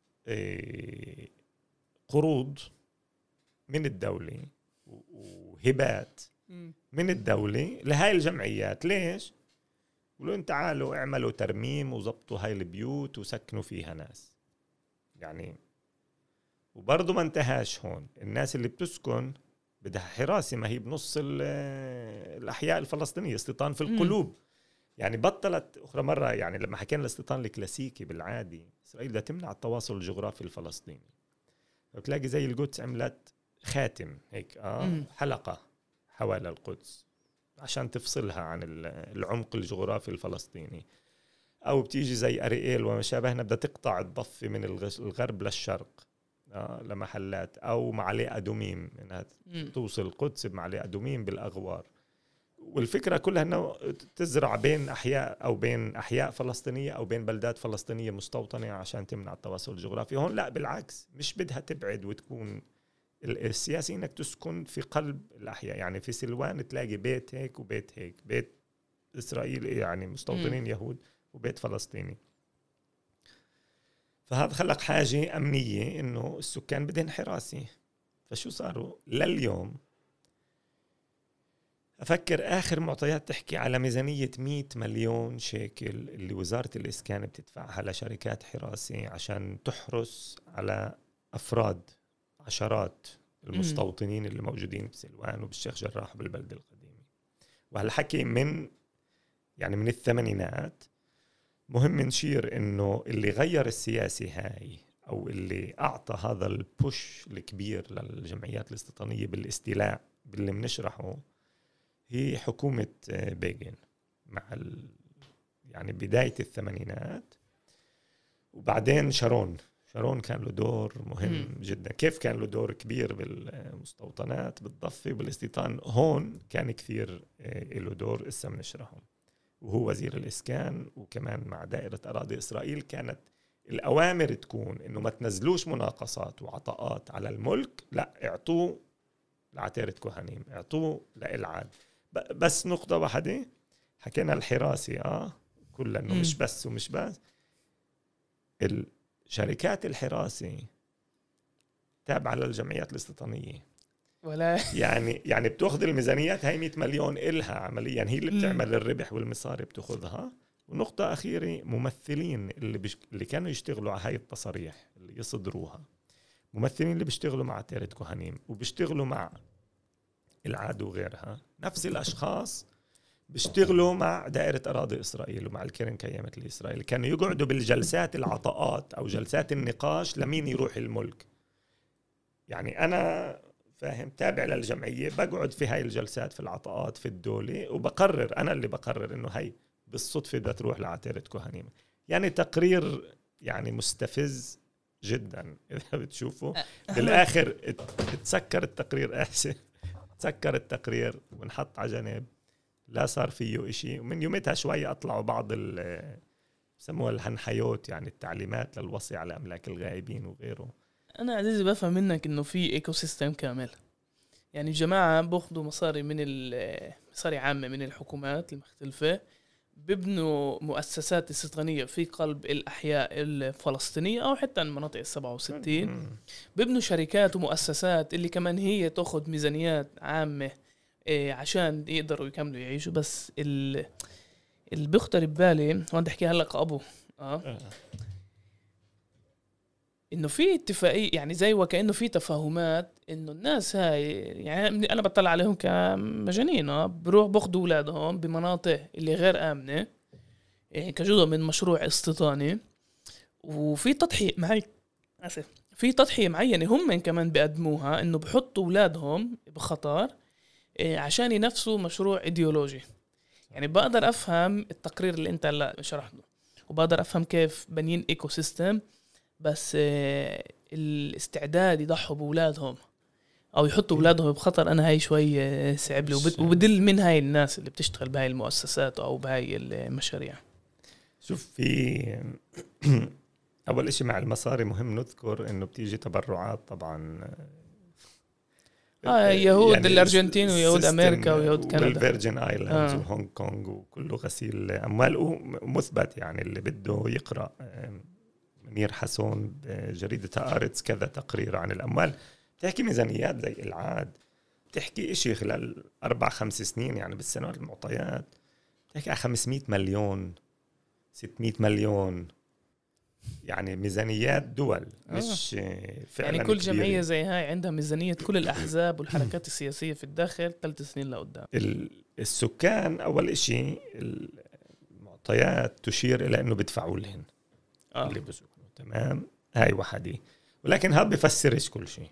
قروض من الدولة وهبات من الدولة لهاي الجمعيات. ليش؟ يقولوا انت تعالوا اعملوا ترميم وزبطوا هاي البيوت وسكنوا فيها ناس. يعني وبرضو ما انتهاش هون، الناس اللي بتسكن بدها حراسة، ما هي بنص الأحياء الفلسطينية، استيطان في القلوب. يعني بطلت أخرى مرة، يعني لما حكينا الاستيطان الكلاسيكي بالعادي إسرائيل بدها تمنع التواصل الجغرافي الفلسطيني، فبتلاقي زي القدس عملت خاتم هيك حلقة حوالي القدس عشان تفصلها عن العمق الجغرافي الفلسطيني. أو بتيجي زي أريئيل وما شابهنا بدها تقطع الضفة من الغرب للشرق لمحلات، أو معلقة أدوميم إنها توصل القدس بمعلقة أدوميم بالأغوار. والفكرة كلها أنه تزرع بين أحياء أو بين أحياء فلسطينية أو بين بلدات فلسطينية مستوطنة عشان تمنع التواصل الجغرافي. هون لا، بالعكس، مش بدها تبعد وتكون السياسي إنك تسكن في قلب الأحياء. يعني في سلوان تلاقي بيت هيك وبيت هيك، بيت إسرائيل يعني مستوطنين يهود وبيت فلسطيني. فهذا خلق حاجة أمنية إنه السكان بدهن حراسة. فشو صاروا لليوم أفكر آخر معطيات تحكي على ميزانية 100 مليون شيكل اللي وزارة الإسكان بتدفعها لشركات حراسة عشان تحرس على أفراد عشرات المستوطنين اللي موجودين بسلوان وبالشيخ جراح وبالبلدة القديمة. وهالحكي من الثمانينات. مهم نشير إنه اللي غير السياسة هاي أو اللي أعطى هذا البوش الكبير للجمعيات الاستيطانية بالاستيلاء باللي منشرحه هي حكومة بيغن مع بداية الثمانينات. وبعدين شارون كان له دور مهم جدا. كيف كان له دور كبير بالمستوطنات بالضفة بالاستيطان، هون كان كثير له دور اسا منشرحهم، وهو وزير الإسكان. وكمان مع دائرة أراضي إسرائيل كانت الأوامر تكون إنه ما تنزلوش مناقصات وعطاءات على الملك، لا اعطوه لعتيرة كهنيم، اعطوه لإلعاد. بس نقطة واحدة حكينا الحراسة كلها إنه مش بس الشركات الحراسة تابعة للجمعيات الاستيطانية، ولا يعني بتأخذ الميزانيات هاي 100 مليون إلها عمليا، هي اللي بتعمل الربح والمصاري بتأخذها. ونقطة أخيرة، ممثلين اللي كانوا يشتغلوا على هاي التصاريح اللي يصدروها، ممثلين اللي بيشتغلوا مع عتيرة كهنيم وبيشتغلوا مع العاد وغيرها، نفس الأشخاص بيشتغلوا مع دائرة أراضي إسرائيل ومع الكرن كيامة الإسرائيل. كانوا يقعدوا بالجلسات العطاءات أو جلسات النقاش لمين يروح الملك. يعني أنا فاهم تابع للجمعية، بقعد في هاي الجلسات في العطاءات في الدولة وبقرر، أنا اللي بقرر إنه هاي بالصدفة بدها تروح لعتيرة كهنيم. يعني تقرير مستفز جدا إذا بتشوفوا. بالآخر تسكر التقرير، تسكر التقرير ونحط على جنب، لا صار فيه إشي. ومن يومتها شوي أطلعوا بعض بسموها الهنحيوت، التعليمات للوصي على أملاك الغائبين وغيره. أنا عزيزي بفهم منك إنه في إيكو سيستم كامل. الجماعة بأخذوا مصاري مصاري عامة من الحكومات المختلفة، بيبنوا مؤسسات استيطانية في قلب الأحياء الفلسطينية أو حتى المناطق 67. بيبنوا شركات ومؤسسات اللي كمان هي تأخذ ميزانيات عامة عشان يقدروا يكملوا يعيشوا. بس اللي بيخطر ببالي وأنا بحكي هلأ كأبو إنه في اتفاقية، زي وكأنه في تفاهمات إنه الناس هاي أنا بطلع عليهم كمجانين بروح باخدوا أولادهم بمناطق اللي غير آمنة كجزء من مشروع استيطاني، وفي تضحية معينة هم كمان بيقدموها، إنه بحطوا أولادهم بخطر عشان ينفسوا مشروع إيديولوجي. بقدر أفهم التقرير اللي أنت هلا شرحته، وبقدر أفهم كيف بنين إيكو سيستم، بس الاستعداد يضحوا بأولادهم أو يحطوا أولادهم بخطر، أنا هاي شوي صعب لي. وبدل من هاي الناس اللي بتشتغل بهاي المؤسسات أو بهاي المشاريع. شوف، في أول إشي مع المصاري مهم نذكر إنه بتيجي تبرعات طبعاً يهود الأرجنتين ويهود أمريكا ويهود كندا والفيرجن آيلاندز وهونغ كونغ، وكله غسيل أموال ومثبت. اللي بده يقرأ منير حسون بجريدة هآرتس كذا تقرير عن الأموال، بتحكي ميزانيات زي العاد، بتحكي إشي خلال 4-5 سنين بالسنوات المعطيات، بتحكي 500 مليون 600 مليون، ميزانيات دول مش فعلا كل جمعية زي هاي عندها ميزانية كل الأحزاب والحركات السياسية في الداخل 3 سنين لقدام. السكان أول إشي المعطيات تشير إلى أنه بدفعوا لهن اللي بسكنوا، تمام، هاي وحدة. ولكن هذا بيفسرش كل شيء.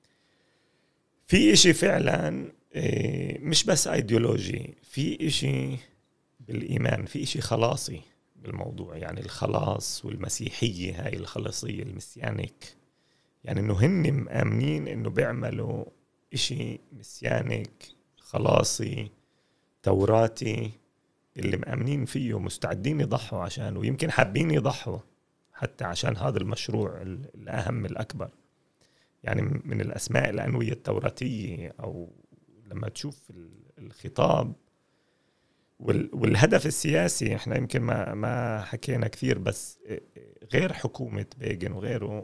في إشي فعلا مش بس أيديولوجي، في إشي بالإيمان، في إشي خلاصي بالموضوع. الخلاص والمسيحية هاي الخلاصية المسيانيك، إنه هن مآمنين إنه بيعملوا إشي مسيانيك خلاصي توراتي اللي مآمنين فيه مستعدين يضحوا عشان، ويمكن حابين يضحوا حتى عشان هذا المشروع الأهم الأكبر. من الأسماء الأنوية التوراتية، أو لما تشوف الخطاب والهدف السياسي، احنا يمكن ما حكينا كثير، بس غير حكومة بيغن وغيره،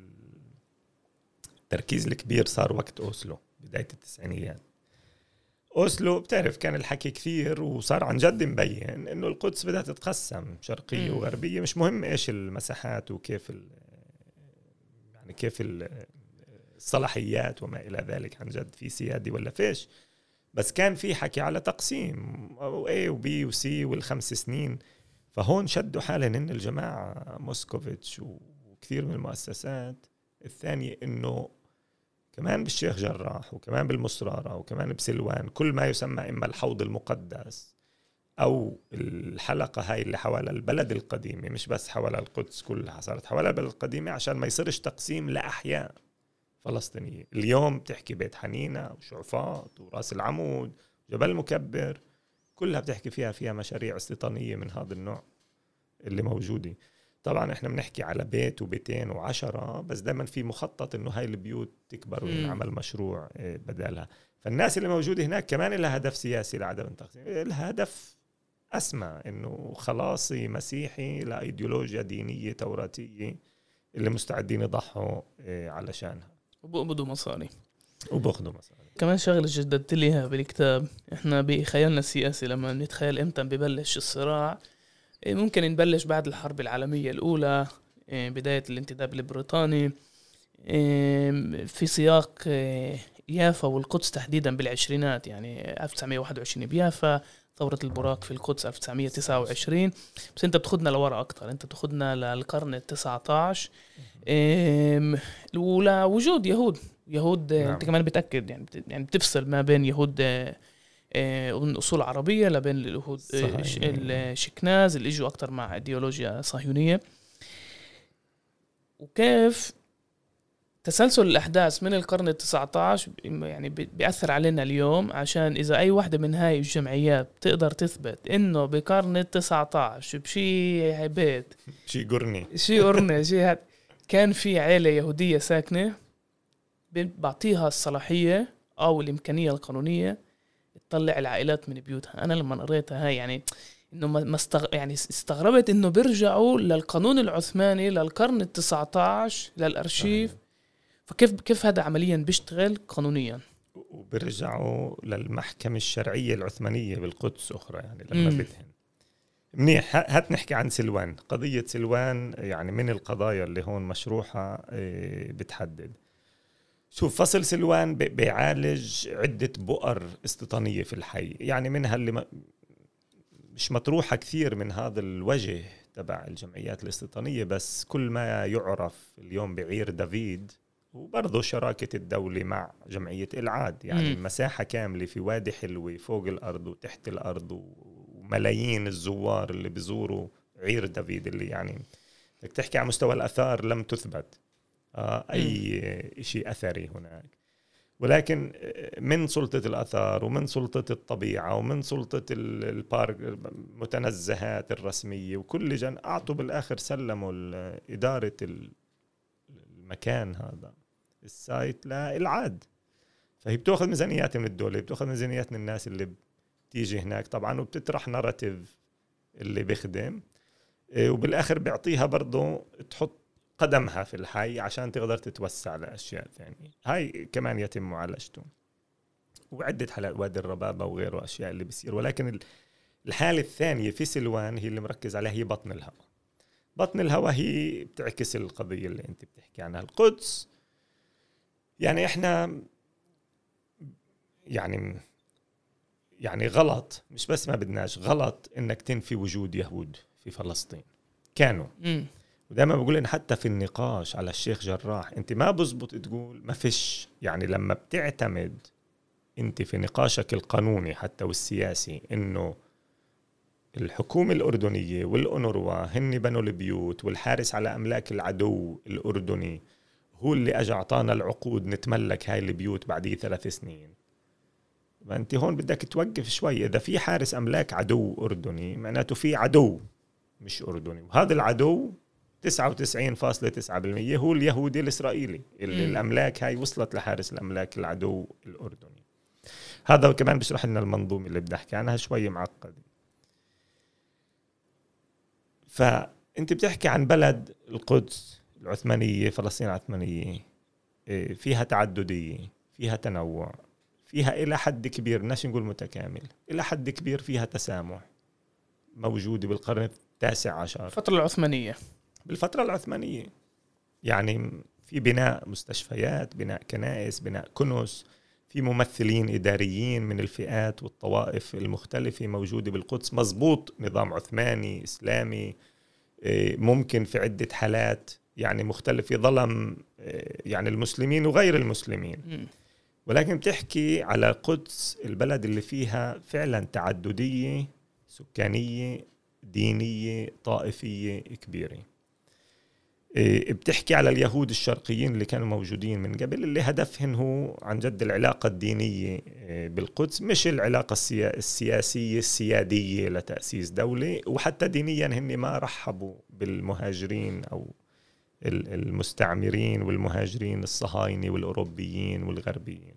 التركيز الكبير صار وقت أوسلو بداية التسعينيات. أوسلو بتعرف كان الحكي كثير وصار عن جد مبين إنه القدس بدها تتقسم شرقية وغربية، مش مهم إيش المساحات وكيف يعني كيف الصلاحيات وما إلى ذلك، عن جد في سيادي ولا فيش، بس كان في حكي على تقسيم A و B و C وال5 سنين. فهون شدوا حالهم إن الجماعة موسكوفيتش وكثير من المؤسسات الثانية، إنه كمان بالشيخ جراح وكمان بالمصرارة وكمان بسلوان كل ما يسمى إما الحوض المقدس أو الحلقة هاي اللي حوالي البلد القديمة، مش بس حوالي القدس كلها، صارت حوالي البلد القديمة عشان ما يصيرش تقسيم لأحياء فلسطينية. اليوم تحكي بيت حنينة وشعفاط وراس العمود جبل مكبر، كلها بتحكي فيها مشاريع استيطانية من هذا النوع اللي موجودة. طبعا احنا بنحكي على بيت وبيتين و10، بس دائما في مخطط انه هاي البيوت تكبر وينعمل مشروع بدالها. فالناس اللي موجودة هناك كمان لها هدف سياسي لعدم التقسيم، لها هدف أسمى إنه خلاصي مسيحي لأيديولوجيا دينية توراتية اللي مستعدين يضحوا علشانها وبقبضوا مصاري. كمان شغلة جددت ليها بالكتاب، احنا بخيالنا السياسي لما نتخيل امتى ببلش الصراع، ممكن نبلش بعد الحرب العالمية الأولى، بداية الانتداب البريطاني، في سياق يافا والقدس تحديدا بالعشرينات، يعني 1921 بيافا، ثورة البراق في القدس 1929. بس انت بتاخدنا لورا اكتر، انت بتاخدنا للقرن ال19 ووجود يهود نعم. انت كمان بتأكد يعني بتفصل ما بين يهود أصول عربية لبين اليهود الشكناز اللي اجوا اكتر مع ايديولوجيا صهيونية. وكيف تسلسل الأحداث من القرن ال19 يعني بيأثر علينا اليوم، عشان إذا أي واحدة من هاي الجمعيات تقدر تثبت إنه بقرن ال19 بشي بيت شي قرني كان في عائلة يهودية ساكنة، بعطيها الصلاحية أو الإمكانية القانونية تطلع العائلات من بيوتها. أنا لما قريتها هاي يعني إنه يعني استغربت إنه بيرجعوا للقانون العثماني للقرن ال19 للأرشيف. فكيف هذا عمليا بيشتغل قانونيا؟ وبرجعوا للمحكمة الشرعية العثمانية بالقدس أخرى، يعني لما بدهن منيح. هات نحكي عن سلوان. قضية سلوان يعني من القضايا اللي هون مشروحة بتحدد. شوف، فصل سلوان بيعالج عدة بؤر استيطانية في الحي، يعني منها اللي مش مطروحة كثير من هذا الوجه تبع الجمعيات الاستيطانية، بس كل ما يعرف اليوم بعير دافيد، وبرضه شراكة الدولة مع جمعية العاد، يعني مساحة كاملة في وادي حلوة فوق الأرض وتحت الأرض، وملايين الزوار اللي بيزوروا عير دافيد، اللي يعني بدك تحكي على مستوى الأثار لم تثبت أي شيء أثري هناك. ولكن من سلطة الأثار ومن سلطة الطبيعة ومن سلطة البارك المتنزهات الرسمية وكل جن أعطوا بالآخر سلموا إدارة المكان هذا السايت للعاد. فهي بتأخذ ميزانيات من الدولة، بتأخذ ميزانيات من الناس اللي بتيجي هناك طبعا، وبتطرح ناراتيف اللي بيخدم، وبالآخر بيعطيها برضو تحط قدمها في الحي عشان تقدر تتوسع لأشياء ثانية. هاي كمان يتم معالجته، وعدة حالات وادي الربابة وغيره أشياء اللي بيصير. ولكن الحالة الثانية في سلوان هي اللي مركز عليها، هي بطن الهواء. بطن الهواء هي بتعكس القضية اللي انت بتحكي عنها. القدس يعني احنا يعني غلط، مش بس ما بدناش، غلط انك تنفي وجود يهود في فلسطين. كانوا ودائما بقول إن حتى في النقاش على الشيخ جراح انت ما بزبط تقول ما فيش، يعني لما بتعتمد انت في نقاشك القانوني حتى والسياسي انه الحكومة الأردنية والأونروا هن بنوا البيوت، والحارس على أملاك العدو الأردني هو اللي أجى أعطانا العقود نتملك هاي البيوت بعد 3 سنين. فأنت هون بدك توقف شوي. إذا في حارس أملاك عدو أردني معناته في عدو مش أردني، وهذا العدو 99.9% هو اليهودي الإسرائيلي اللي الأملاك هاي وصلت لحارس الأملاك العدو الأردني. هذا كمان بشرح لنا المنظومة اللي بدي أحكي عنها شوية معقدة. فأنت بتحكي عن بلد القدس العثمانية، فلسطين العثمانية، فيها تعددية، فيها تنوع، فيها إلى حد كبير، بدناش نقول متكامل، إلى حد كبير فيها تسامح موجودة بالقرن التاسع عشر. الفترة العثمانية، بالفترة العثمانية يعني في بناء مستشفيات، بناء كنائس، بناء كنس، في ممثلين إداريين من الفئات والطوائف المختلفة موجودة بالقدس. مزبوط، نظام عثماني إسلامي، ممكن في عدة حالات يعني مختلفة ظلم يعني المسلمين وغير المسلمين، ولكن بتحكي على قدس البلد اللي فيها فعلا تعددية سكانية دينية طائفية كبيرة. بتحكي على اليهود الشرقيين اللي كانوا موجودين من قبل، اللي هدفهم هو عن جد العلاقة الدينية بالقدس، مش العلاقة السياسية السيادية لتأسيس دولة. وحتى دينيا هن ما رحبوا بالمهاجرين أو المستعمرين والمهاجرين الصهاينة والأوروبيين والغربيين.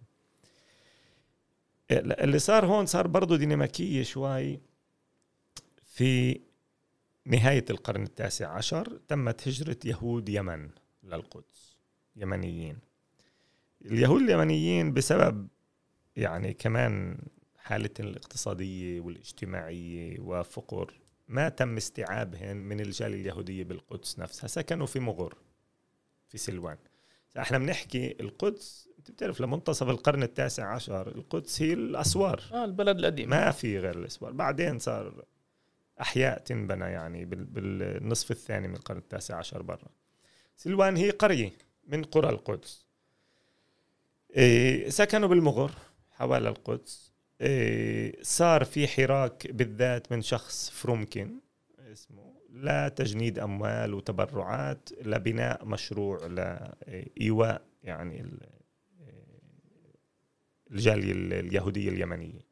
اللي صار هون صار برضو ديناميكية شوي. في نهاية القرن التاسع عشر تمت هجرة يهود يمن للقدس، يمنيين. اليهود اليمنيين بسبب يعني كمان حالة الاقتصادية والاجتماعية وفقر ما تم استيعابهم من الجالية اليهودية بالقدس نفسها، سكنوا في مغر في سلوان. احنا بنحكي القدس، انت بتعرف لمنتصف القرن التاسع عشر القدس هي الأسوار، البلد القديم، ما في غير الأسوار. بعدين صار أحياء تنبنى يعني بالنصف الثاني من القرن التاسع عشر برا. سلوان هي قرية من قرى القدس، سكنوا بالمغر حوالي القدس. صار في حراك بالذات من شخص فرومكن اسمه لتجنيد أموال وتبرعات لبناء مشروع لإيواء يعني الجالية اليهودية اليمنية.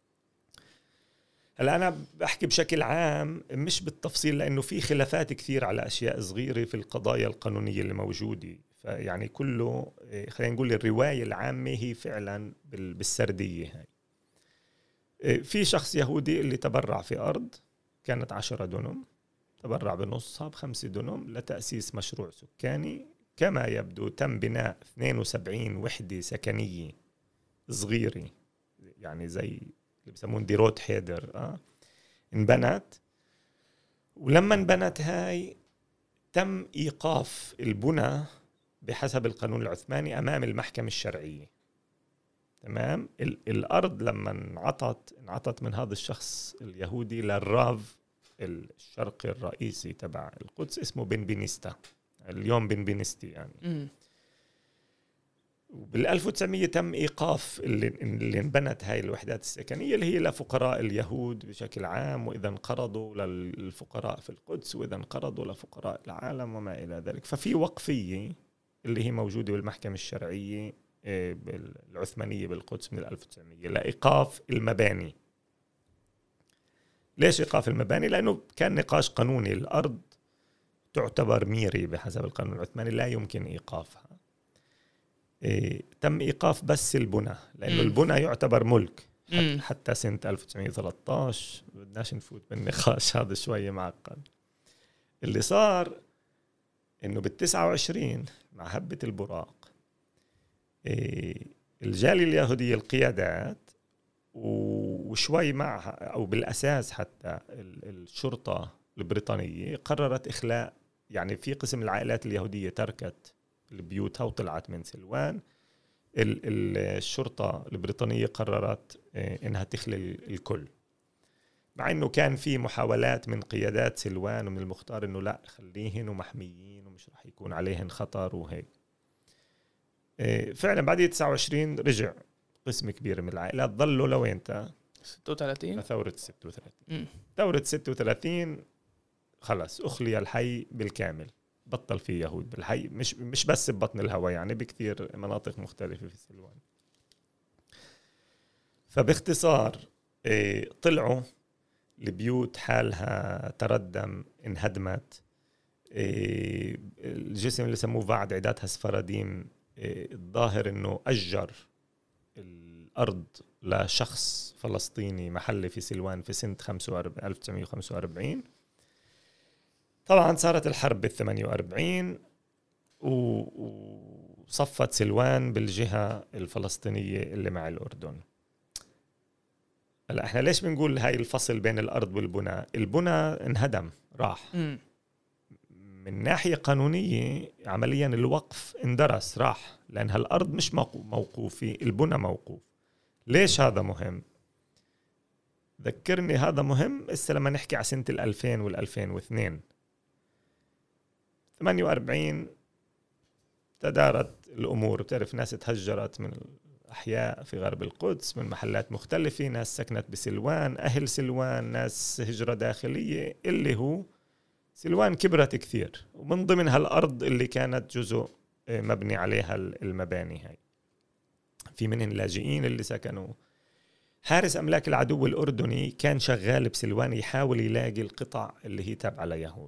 هلا أنا بحكي بشكل عام مش بالتفصيل، لأنه في خلافات كثير على أشياء صغيرة في القضايا القانونية اللي موجودة. فيعني كله خلينا نقول الرواية العامة هي فعلا بالسردية هاي. في شخص يهودي اللي تبرع في أرض كانت 10 دنم، تبرع بنصها ب5 دنم لتأسيس مشروع سكاني. كما يبدو تم بناء 72 وحدة سكنية صغيرة، يعني زي اللي بسمون ديروت حيدر انبنت. ولما انبنت هاي تم إيقاف البنى بحسب القانون العثماني أمام المحكمة الشرعية. تمام. الأرض لما انعطت من هذا الشخص اليهودي للراف الشرقي الرئيسي تبع القدس اسمه بنبنيستا، اليوم بنبنيستي يعني. وبال1900 تم إيقاف اللي انبنت هاي الوحدات السكنية اللي هي لفقراء اليهود بشكل عام، وإذا انقرضوا للفقراء في القدس، وإذا انقرضوا لفقراء العالم وما إلى ذلك. ففي وقفية اللي هي موجودة بالمحكمة الشرعية العثمانية بالقدس من 1900 لإيقاف المباني. ليش إيقاف المباني؟ لأنه كان نقاش قانوني، الأرض تعتبر ميري بحسب القانون العثماني، لا يمكن إيقافها. تم إيقاف بس البنى، لأنه البنى يعتبر ملك حتى سنة 1913. بدناش نفوت بالنقاش هذا شوية معقد. اللي صار إنه بال29 مع هبة البراق الجالية اليهودية القيادات وشوي معها أو بالأساس حتى الشرطة البريطانية قررت إخلاء، يعني في قسم العائلات اليهودية تركت البيوتها وطلعت من سلوان. الشرطة البريطانية قررت إنها تخلي الكل، مع إنه كان في محاولات من قيادات سلوان ومن المختار إنه لا خليهن ومحميين ومش رح يكون عليهن خطر وهيك. فعلا بعد 29 رجع قسم كبير من العائلات، ظلوا لوين 36 ثورة 36. ثورة 36 خلص أخلي الحي بالكامل، بطل فيه يهود بالحي، مش بس ببطن الهواء، يعني بكثير مناطق مختلفة في سلوان. فباختصار طلعوا البيوت حالها تردم، انهدمت. الجسم اللي سموه بعد عداتها سفرديم الظاهر انه أجر الأرض لشخص فلسطيني محلي في سلوان في سنة 1945. طبعا صارت الحرب بال48 وصفت سلوان بالجهة الفلسطينية اللي مع الأردن. هلا احنا ليش بنقول هاي الفصل بين الأرض والبناء؟ البناء انهدم راح. من ناحية قانونية عمليا الوقف اندرس راح، لأن هالأرض مش موقوفة، البناء موقوف. ليش هذا مهم؟ ذكرني هذا مهم إسا لما نحكي على سنة 2000 وال2002. 48 تدارت الأمور، بتعرف ناس تهجرت من الأحياء في غرب القدس من محلات مختلفة، ناس سكنت بسلوان، أهل سلوان، ناس هجرة داخلية، اللي هو سلوان كبرت كثير، ومن ضمن هالأرض اللي كانت جزء مبني عليها المباني هاي. في منهم لاجئين اللي سكنوا. حارس أملاك العدو الأردني كان شغال بسلوان يحاول يلاقي القطع اللي هي تابعة ليهود.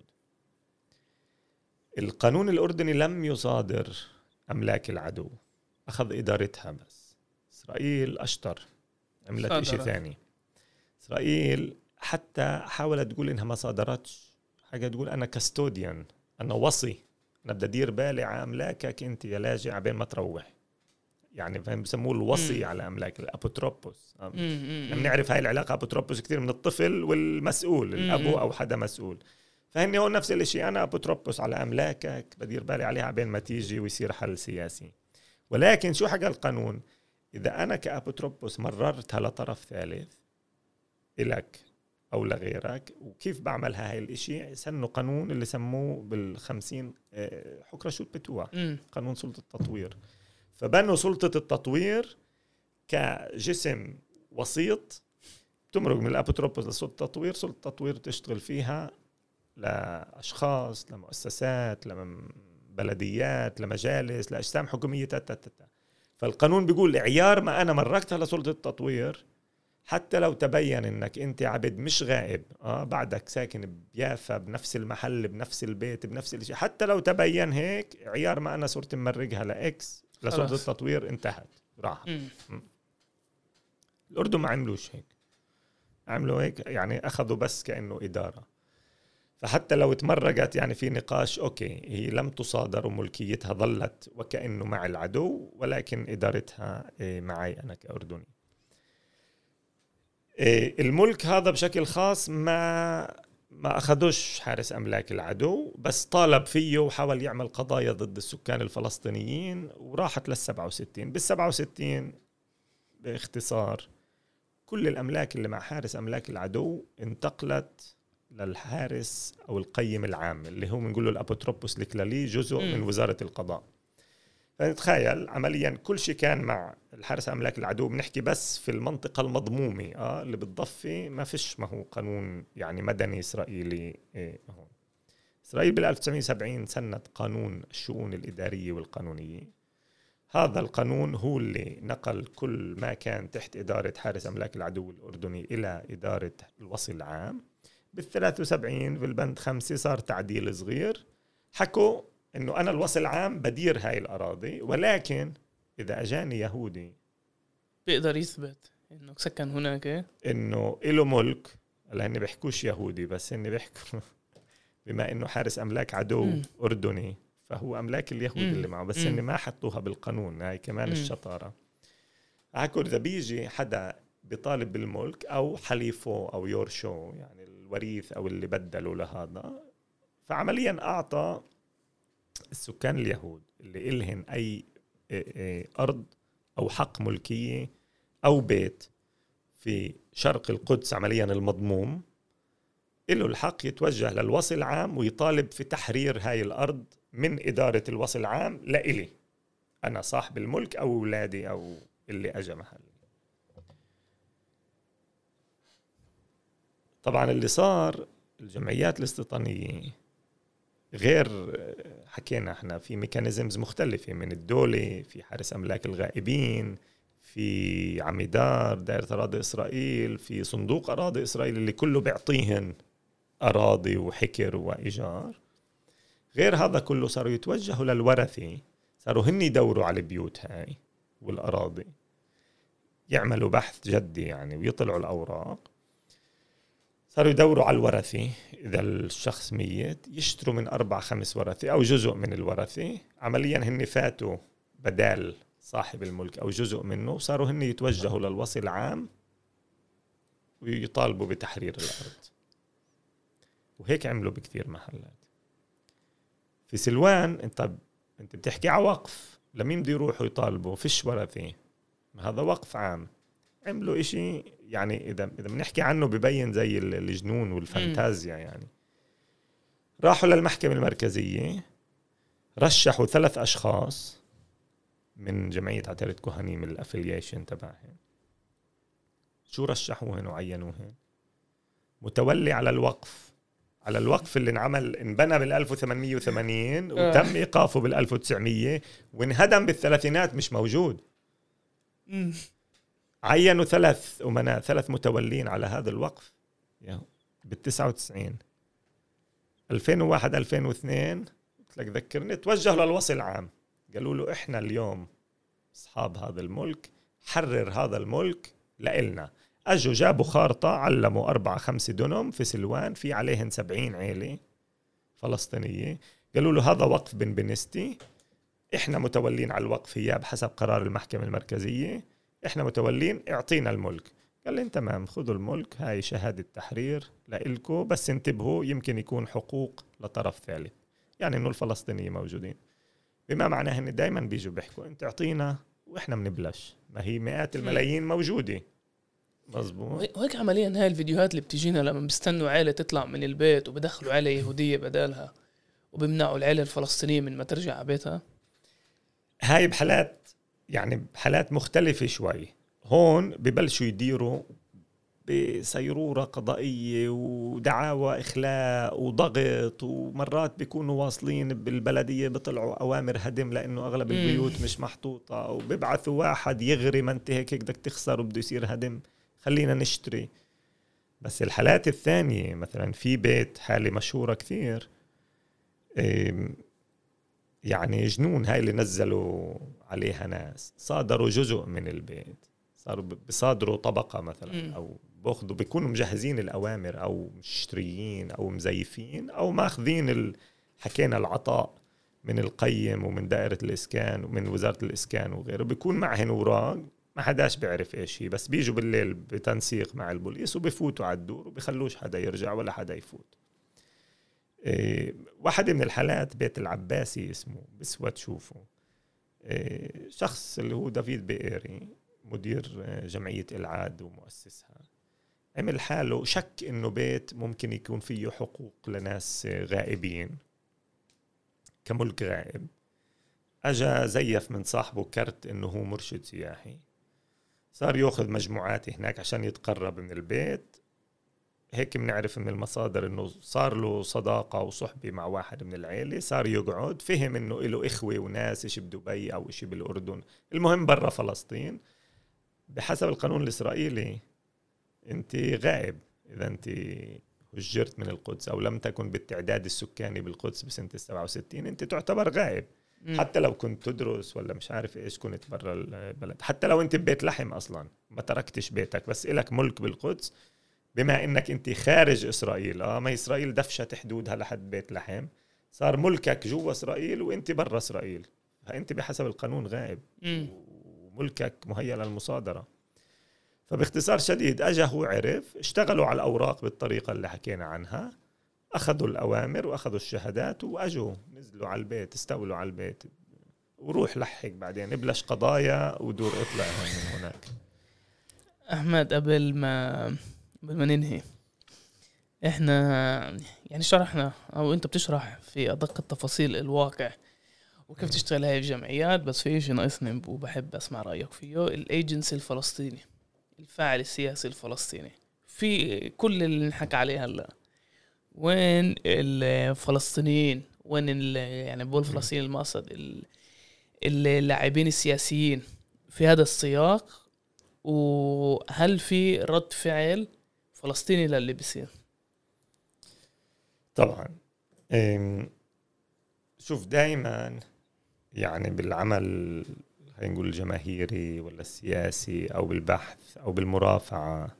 القانون الأردني لم يصادر أملاك العدو، أخذ إدارتها بس. إسرائيل أشطر، عملت إشي ثاني. إسرائيل حتى حاولت تقول إنها ما صادرتش حاجة، تقول أنا كاستوديان، أنا وصي، أنا بدي أدير بالي على أملاكك أنت يا لاجئ عبين ما تروح. يعني فهم بسموه الوصي على أملاك، الأبوتروبوس. بنعرف هاي العلاقة أبوتروبوس كتير من الطفل والمسؤول، الأبو أو حدا مسؤول. فهني هو نفس الشيء، أنا أبوتروبوس على أملاكك، بدير بالي عليها عبين ما تيجي ويصير حل سياسي. ولكن شو حق القانون؟ إذا أنا كأبوتروبوس مررتها لطرف ثالث إلك أو لغيرك، وكيف بعملها هاي الاشي؟ سنوا قانون اللي سموه بال50 حكرة شو بتوع قانون سلطة التطوير. فبنوا سلطة التطوير كجسم وسيط تمرق من الأبوتروبوس لسلطة التطوير. سلطة التطوير تشتغل فيها لأشخاص، لمؤسسات، لبلديات، لمجالس، لأجسام حكومية. فالقانون بيقول عيار ما أنا مرقتها لسلطة التطوير، حتى لو تبين انك انت عبد مش غائب، بعدك ساكن بيافا بنفس المحل بنفس البيت بنفس الشيء، حتى لو تبين هيك عيار ما انا صرت مرقها لإكس لسلطة التطوير انتهت راحت. الأردن ما عملوش هيك، عملوا هيك يعني أخذوا بس كأنه إدارة. فحتى لو تمرقت يعني في نقاش، أوكي هي لم تصادر وملكيتها ظلت وكأنه مع العدو، ولكن إدارتها معي أنا كأردني. الملك هذا بشكل خاص ما أخذوش حارس أملاك العدو، بس طالب فيه وحاول يعمل قضايا ضد السكان الفلسطينيين، وراحت لل67. بال67 باختصار كل الأملاك اللي مع حارس أملاك العدو انتقلت للحارس أو القيم العام اللي هو بنقول له الأبوتروبوس الكلالي، جزء من وزارة القضاء. فنتخيل عمليا كل شيء كان مع الحارس أملاك العدو، بنحكي بس في المنطقة المضمومة اللي بالضفة، ما فيش ما هو قانون يعني مدني إسرائيلي. هون إسرائيل بال1970 سنت قانون الشؤون الإدارية والقانونية. هذا القانون هو اللي نقل كل ما كان تحت إدارة حارس أملاك العدو الأردني إلى إدارة الوصي العام. بال73 بالبند 5 صار تعديل صغير، حكوا إنه أنا الوصي العام بدير هاي الأراضي، ولكن إذا أجاني يهودي بيقدر يثبت إنه سكن هناك، إنه إله ملك. هلا هني بيحكوش يهودي، بس هني بيحكوا بما إنه حارس أملاك عدو أردني فهو أملاك اليهود اللي معه، بس هني ما حطوها بالقانون. هاي كمان الشطارة. حكوا إذا بيجي حدا بيطالب بالملك أو حليفه أو يورشو، يعني الوريث أو اللي بدلوا لهذا، فعمليا أعطى السكان اليهود اللي إلهن أي أرض أو حق ملكية أو بيت في شرق القدس عمليا المضموم، إله الحق يتوجه للوصي العام ويطالب في تحرير هاي الأرض من إدارة الوصي العام لإلي أنا صاحب الملك أو أولادي أو اللي أجا محل. طبعا اللي صار الجمعيات الاستيطانية غير، حكينا احنا في ميكانيزمز مختلفة من الدولة، في حارس أملاك الغائبين، في عميدار دائرة أراضي إسرائيل، في صندوق أراضي إسرائيل اللي كله بيعطيهن أراضي وحكر وإيجار. غير هذا كله صاروا يتوجهوا للورثة، صاروا هن يدوروا على البيوت هاي والأراضي، يعملوا بحث جدي يعني ويطلعوا الأوراق. صاروا يدوروا على الورثة، إذا الشخص ميت يشتروا من 4-5 ورثة أو جزء من الورثة. عمليا هن فاتوا بدال صاحب الملك أو جزء منه، وصاروا هن يتوجهوا للوصي العام ويطالبوا بتحرير الأرض. وهيك عملوا بكثير محلات. في سلوان انت بتحكي على وقف، لمين بده يروحوا يطالبوا؟ فيش ورثة، هذا وقف عام. عملوا إشي يعني إذا بنحكي عنه ببين زي الجنون والفانتازيا. يعني راحوا للمحكمة المركزية، رشحوا 3 أشخاص من جمعية عتيرة كهني من الأفلييشن تبعهم. شو رشحوهن وعينوهن؟ متولي على الوقف اللي انبنى بال1880 وتم إيقافه بال1900 وانهدم بالثلاثينات، مش موجود. عينوا 3 أمناء، 3 متولين على هذا الوقف بال99 2001 2002. قلت لك ذكرني، توجهوا للوصي العام قالوا له إحنا اليوم أصحاب هذا الملك، حرر هذا الملك لإلنا. أجوا جابوا خارطة، علموا 4-5 دنم في سلوان في عليهن 70 عيلة فلسطينية. قالوا له هذا وقف بن بنستي، إحنا متولين على الوقف هي بحسب قرار المحكمة المركزية، إحنا متولين، اعطينا الملك. قال لهم تمام، خذوا الملك، هاي شهادة تحرير لإلكو، بس انتبهوا يمكن يكون حقوق لطرف ثالث. يعني إنه الفلسطينيين موجودين، بما معناه إن دايما بيجوا بيحكوا أنت اعطينا وإحنا بنبلش، ما هي مئات الملايين موجودة. مظبوط. وهيك عمليا هاي الفيديوهات اللي بتجينا لما بيستنوا عائلة تطلع من البيت وبدخلوا عائلة يهودية بدالها وبيمنعوا العائلة الفلسطينية من ما ترجع على بيتها. هاي بحالات مختلفة شوي. هون ببلشوا يديروا بسيرورة قضائية ودعاوى إخلاء وضغط، ومرات بيكونوا واصلين بالبلدية بيطلعوا أوامر هدم لأنه أغلب البيوت مش محطوطة، وبيبعثوا واحد يغري ما انت هيك بدك تخسر وبده يصير هدم، خلينا نشتري. بس الحالات الثانية مثلا في بيت حالة مشهورة كثير، يعني جنون، هاي اللي نزلوا عليها ناس، صادروا جزء من البيت، صاروا بصادروا طبقة مثلا، أو بأخذوا بيكونوا مجهزين الأوامر أو مشتريين أو مزيفين أو ماخذين حكينا العطاء من القيم ومن دائرة الإسكان ومن وزارة الإسكان وغيره، بيكون معهن أوراق ما حداش بيعرف إيش هي، بس بيجوا بالليل بتنسيق مع البوليس وبيفوتوا على الدور وبيخلوش حدا يرجع ولا حدا يفوت. واحد من الحالات بيت العباسي اسمه، بسوى تشوفه، شخص اللي هو دافيد بئيري مدير جمعية إلعاد ومؤسسها، عمل حاله شك إنه بيت ممكن يكون فيه حقوق لناس غائبين كملك غائب. أجا زيف من صاحبه كرت إنه هو مرشد سياحي، صار يأخذ مجموعات هناك عشان يتقرب من البيت. هيك بنعرف من المصادر إنه صار له صداقة وصحبة مع واحد من العيلة، صار يقعد، فهم إنه له إخوة وناس إشي بدبي أو إشي بالأردن، المهم برا فلسطين. بحسب القانون الإسرائيلي أنت غائب إذا أنت هجرت من القدس أو لم تكن بالتعداد السكاني بالقدس بسنة 67، أنت تعتبر غائب. حتى لو كنت تدرس ولا مش عارف إيش كنت برا البلد، حتى لو أنت ببيت لحم أصلا ما تركتش بيتك بس إلك ملك بالقدس، بما إنك أنت خارج إسرائيل. ما إسرائيل دفشت حدودها لحد بيت لحم، صار ملكك جوا إسرائيل وأنت برا إسرائيل، فأنت بحسب القانون غائب وملكك مهيأ للمصادرة. فباختصار شديد أجا هو عرف، اشتغلوا على الأوراق بالطريقة اللي حكينا عنها، أخذوا الأوامر وأخذوا الشهادات وأجوا نزلوا على البيت، استولوا على البيت، وروح لحق بعدين ابلش قضايا ودور اطلع من هناك. أحمد، قبل ما ننهي، إحنا يعني شرحنا أو أنت بتشرح في أدق التفاصيل الواقع وكيف تشتغل هاي الجمعيات، بس في شيء ناقصني وبحب أسمع رأيك فيه. الإيجنسي الفلسطيني، الفاعل السياسي الفلسطيني، في كل اللي نحكى عليه هلا، وين الفلسطينيين؟ وين يعني بقول الفلسطينيين المقصد اللاعبين السياسيين في هذا السياق؟ وهل في رد فعل فلسطيني للي بيصير؟ طبعا شوف، دائما يعني بالعمل هنقول الجماهيري ولا السياسي أو بالبحث أو بالمرافعة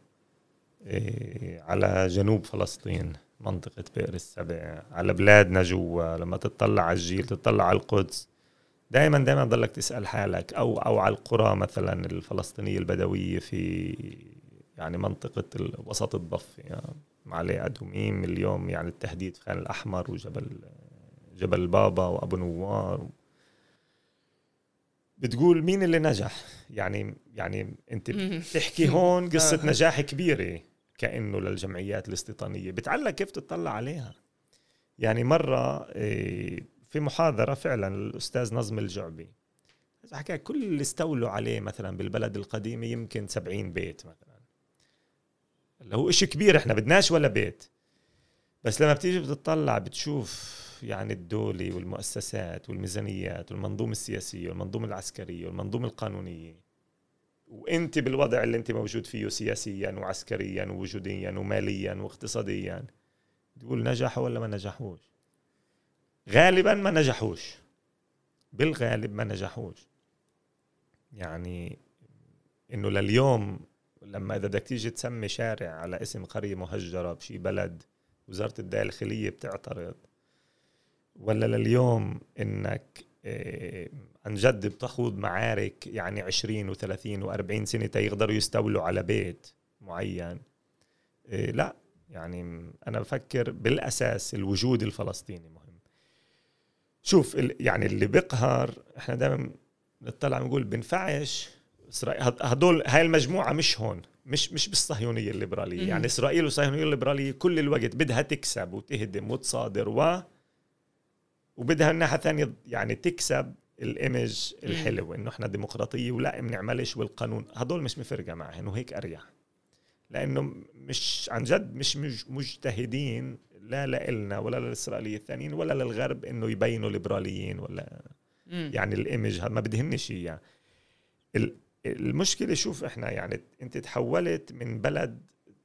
على جنوب فلسطين، منطقة بئر السبع، على بلادنا جوا، لما تطلع على الجيل، تطلع على القدس، دائما ضلك تسأل حالك أو على القرى مثلا الفلسطينية البدوية في يعني منطقة وسط الضفة يعني عليه أدوميم اليوم يعني التهديد في خان الأحمر وجبل البابا وأبو نوار. بتقول مين اللي نجح؟ يعني أنت بتحكي هون قصة نجاح كبيرة كأنه للجمعيات الاستيطانية. بتعلق كيف تطلع عليها. يعني مرة في محاضرة فعلا الأستاذ نظم الجعبي حكى كل اللي استولوا عليه مثلا بالبلد القديم يمكن 70 بيت مثلا، اللي هو إشي كبير، إحنا بدناش ولا بيت. بس لما بتيجي بتطلع بتشوف يعني الدولة والمؤسسات والميزانيات والمنظومة السياسية والمنظومة العسكرية والمنظومة القانونية، وانت بالوضع اللي انت موجود فيه سياسيا وعسكريا ووجوديا وماليا واقتصاديا، تقول نجحوا ولا ما نجحوش؟ غالبا ما نجحوش، بالغالب ما نجحوش. يعني انه لليوم لما اذا بدك تيجي تسمي شارع على اسم قرية مهجرة بشي بلد وزارة الداخلية بتعترض، ولا لليوم انك عن جد بتخوض معارك يعني 20 و30 و40 سنة يقدروا يستولوا على بيت معين. لا يعني أنا بفكر بالأساس الوجود الفلسطيني مهم. شوف يعني اللي بيقهر، احنا دائما نطلع نقول بنفعش هدول هاي المجموعة مش هون، مش بالصهيونية الليبرالية. يعني إسرائيل والصهيونية الليبرالية كل الوقت بدها تكسب وتهدم وتصادر وبدها الناحية الثانية يعني تكسب الإيمج الحلو إنه إحنا ديمقراطية ولا بنعملش والقانون. هدول مش مفرقة معهن وهيك أريح، لأنه مش عن جد مش مجتهدين لا لنا ولا للإسرائيليين الثانيين ولا للغرب إنه يبينوا ليبراليين ولا يعني الإيمج ما بدهنش إياه. المشكلة شوف إحنا يعني أنت تحولت من بلد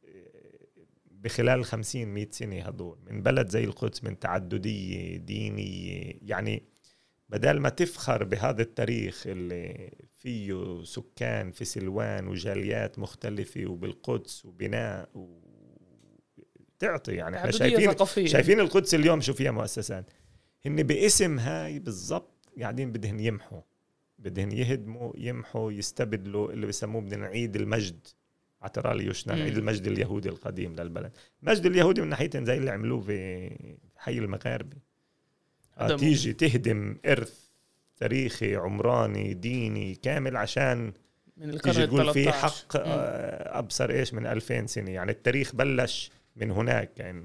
بخلال 50-100 سنة هدول من بلد زي القدس من تعددية دينية، يعني بدل ما تفخر بهذا التاريخ اللي فيه سكان في سلوان وجاليات مختلفة وبالقدس وبناء تعطي يعني احنا شايفين القدس اليوم شو فيها مؤسسات هن باسم هاي بالضبط قاعدين بدهن يمحوا، بدهن يهدموا يمحوا يستبدلوا اللي بيسموه بدنا نعيد المجد عترالي يوشنا نعيد المجد اليهودي القديم للبلد. المجد اليهودي من ناحيتين زي اللي عملوه في حي المغاربي، تيجي تهدم إرث تاريخي عمراني ديني كامل عشان تيجي تقول فيه حق أبصر إيش من 2000 سنة. يعني التاريخ بلش من هناك كأنه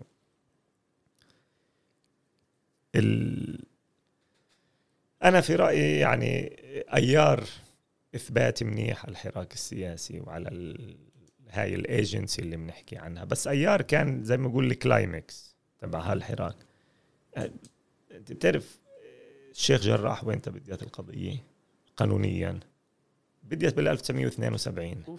أنا في رأيي يعني أيار إثبات منيح على الحراك السياسي وعلى هاي الإيجنسي اللي بنحكي عنها، بس أيار كان زي ما أقول الكلايمكس تبع هالحراك. أنت بتعرف الشيخ جراح وين بديت القضية قانونيا؟ بديت بال 1972.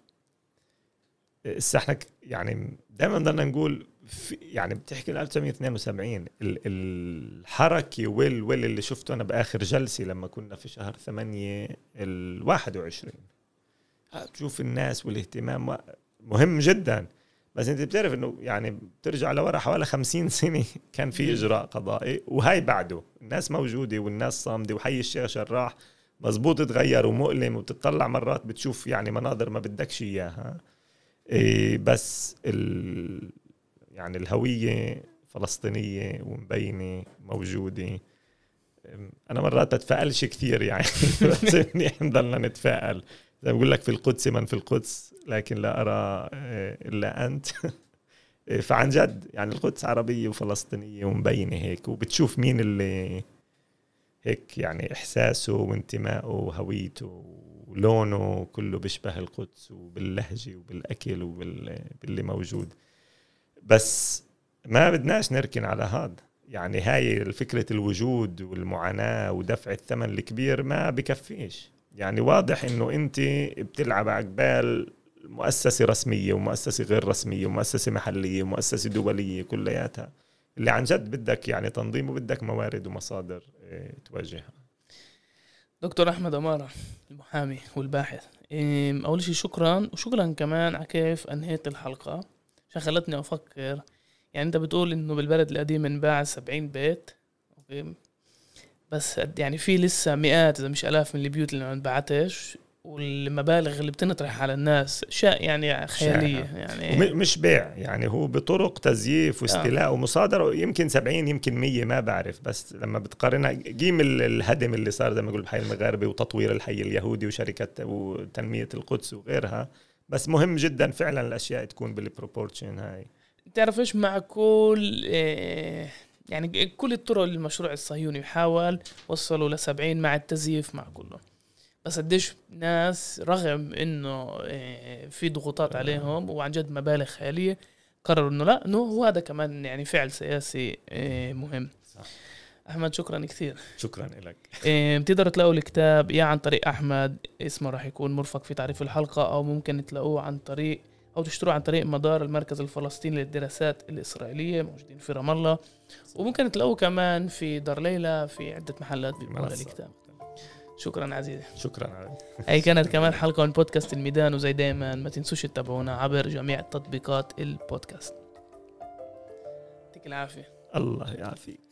احنا يعني دائما بدنا نقول يعني بتحكي 1972 الحركة ويل اللي شفته أنا بآخر جلسة لما كنا في شهر 8 21 تشوف الناس والاهتمام مهم جدا. بس انت بتعرف انه يعني بترجع لورا حوالي 50 سنة كان في اجراء قضائي، وهاي بعده الناس موجودة والناس صامدة، وحي الشيخ جراح مزبوط تغير ومؤلم وبتطلع مرات بتشوف يعني مناظر ما بدكش اياها. بس يعني الهوية فلسطينية ومبينة موجودة. انا مرات بتفائلش كثير يعني بس نضلنا نتفائل زي ما بقول لك في القدس من في القدس لكن لا أرى إلا أنت. فعن جد يعني القدس عربية وفلسطينية ومبينة هيك، وبتشوف مين اللي هيك يعني إحساسه وانتمائه وهويته ولونه كله بيشبه القدس وباللهجة وبالأكل وباللي موجود. بس ما بدناش نركن على هذا، يعني هاي فكرة الوجود والمعاناة ودفع الثمن الكبير ما بكفيش. يعني واضح انه انت بتلعب عقبال مؤسسة رسمية ومؤسسة غير رسمية ومؤسسة محلية ومؤسسة دولية كلياتها اللي عن جد بدك يعني تنظيم وبدك موارد ومصادر تواجهها. دكتور أحمد أمارة المحامي والباحث، أول شيء شكرا، وشكرا كمان على كيف أنهيت الحلقة عشان خلتني أفكر. يعني أنت بتقول إنه بالبلد القديم انباع 70 بيت، أوكي، بس يعني في لسه مئات إذا مش آلاف من البيوت اللي ما انبعتش، والمبالغ اللي بتنطرح على الناس أشياء يعني خيالية يعني مش بيع، يعني هو بطرق تزييف واستيلاء ومصادرة، يمكن 70 يمكن 100 ما بعرف. بس لما بتقارنها قيم الهدم اللي صار زي ما يقول بحي المغاربة وتطوير الحي اليهودي وشركة وتنمية القدس وغيرها، بس مهم جدا فعلا الأشياء تكون بالبروبورشن هاي. تعرف إيش مع كل يعني كل الطرق للمشروع الصهيوني يحاول وصلوا ل70 مع التزييف مع كله، بس قديش ناس رغم إنه في ضغوطات عليهم وعن جد مبالغ خيالية قرروا إنه لا، إنه هو هذا كمان يعني فعل سياسي مهم. صح. أحمد شكرا كثير. شكرا لك. بتقدروا تلاقوا الكتاب يا عن طريق أحمد، اسمه راح يكون مرفق في تعريف الحلقة، أو ممكن تلاقوه عن طريق أو تشتروه عن طريق مدار المركز الفلسطيني للدراسات الإسرائيلية موجودين في رام الله، وممكن تلاقوه كمان في دار ليلى في عدة محلات بيبيعوا الكتاب. شكرا عزيزي. شكرا. هي كانت كمان حلقة من بودكاست الميدان، وزي دايما ما تنسوش تتابعونا عبر جميع تطبيقات البودكاست. يعطيك العافية. الله يعافيك.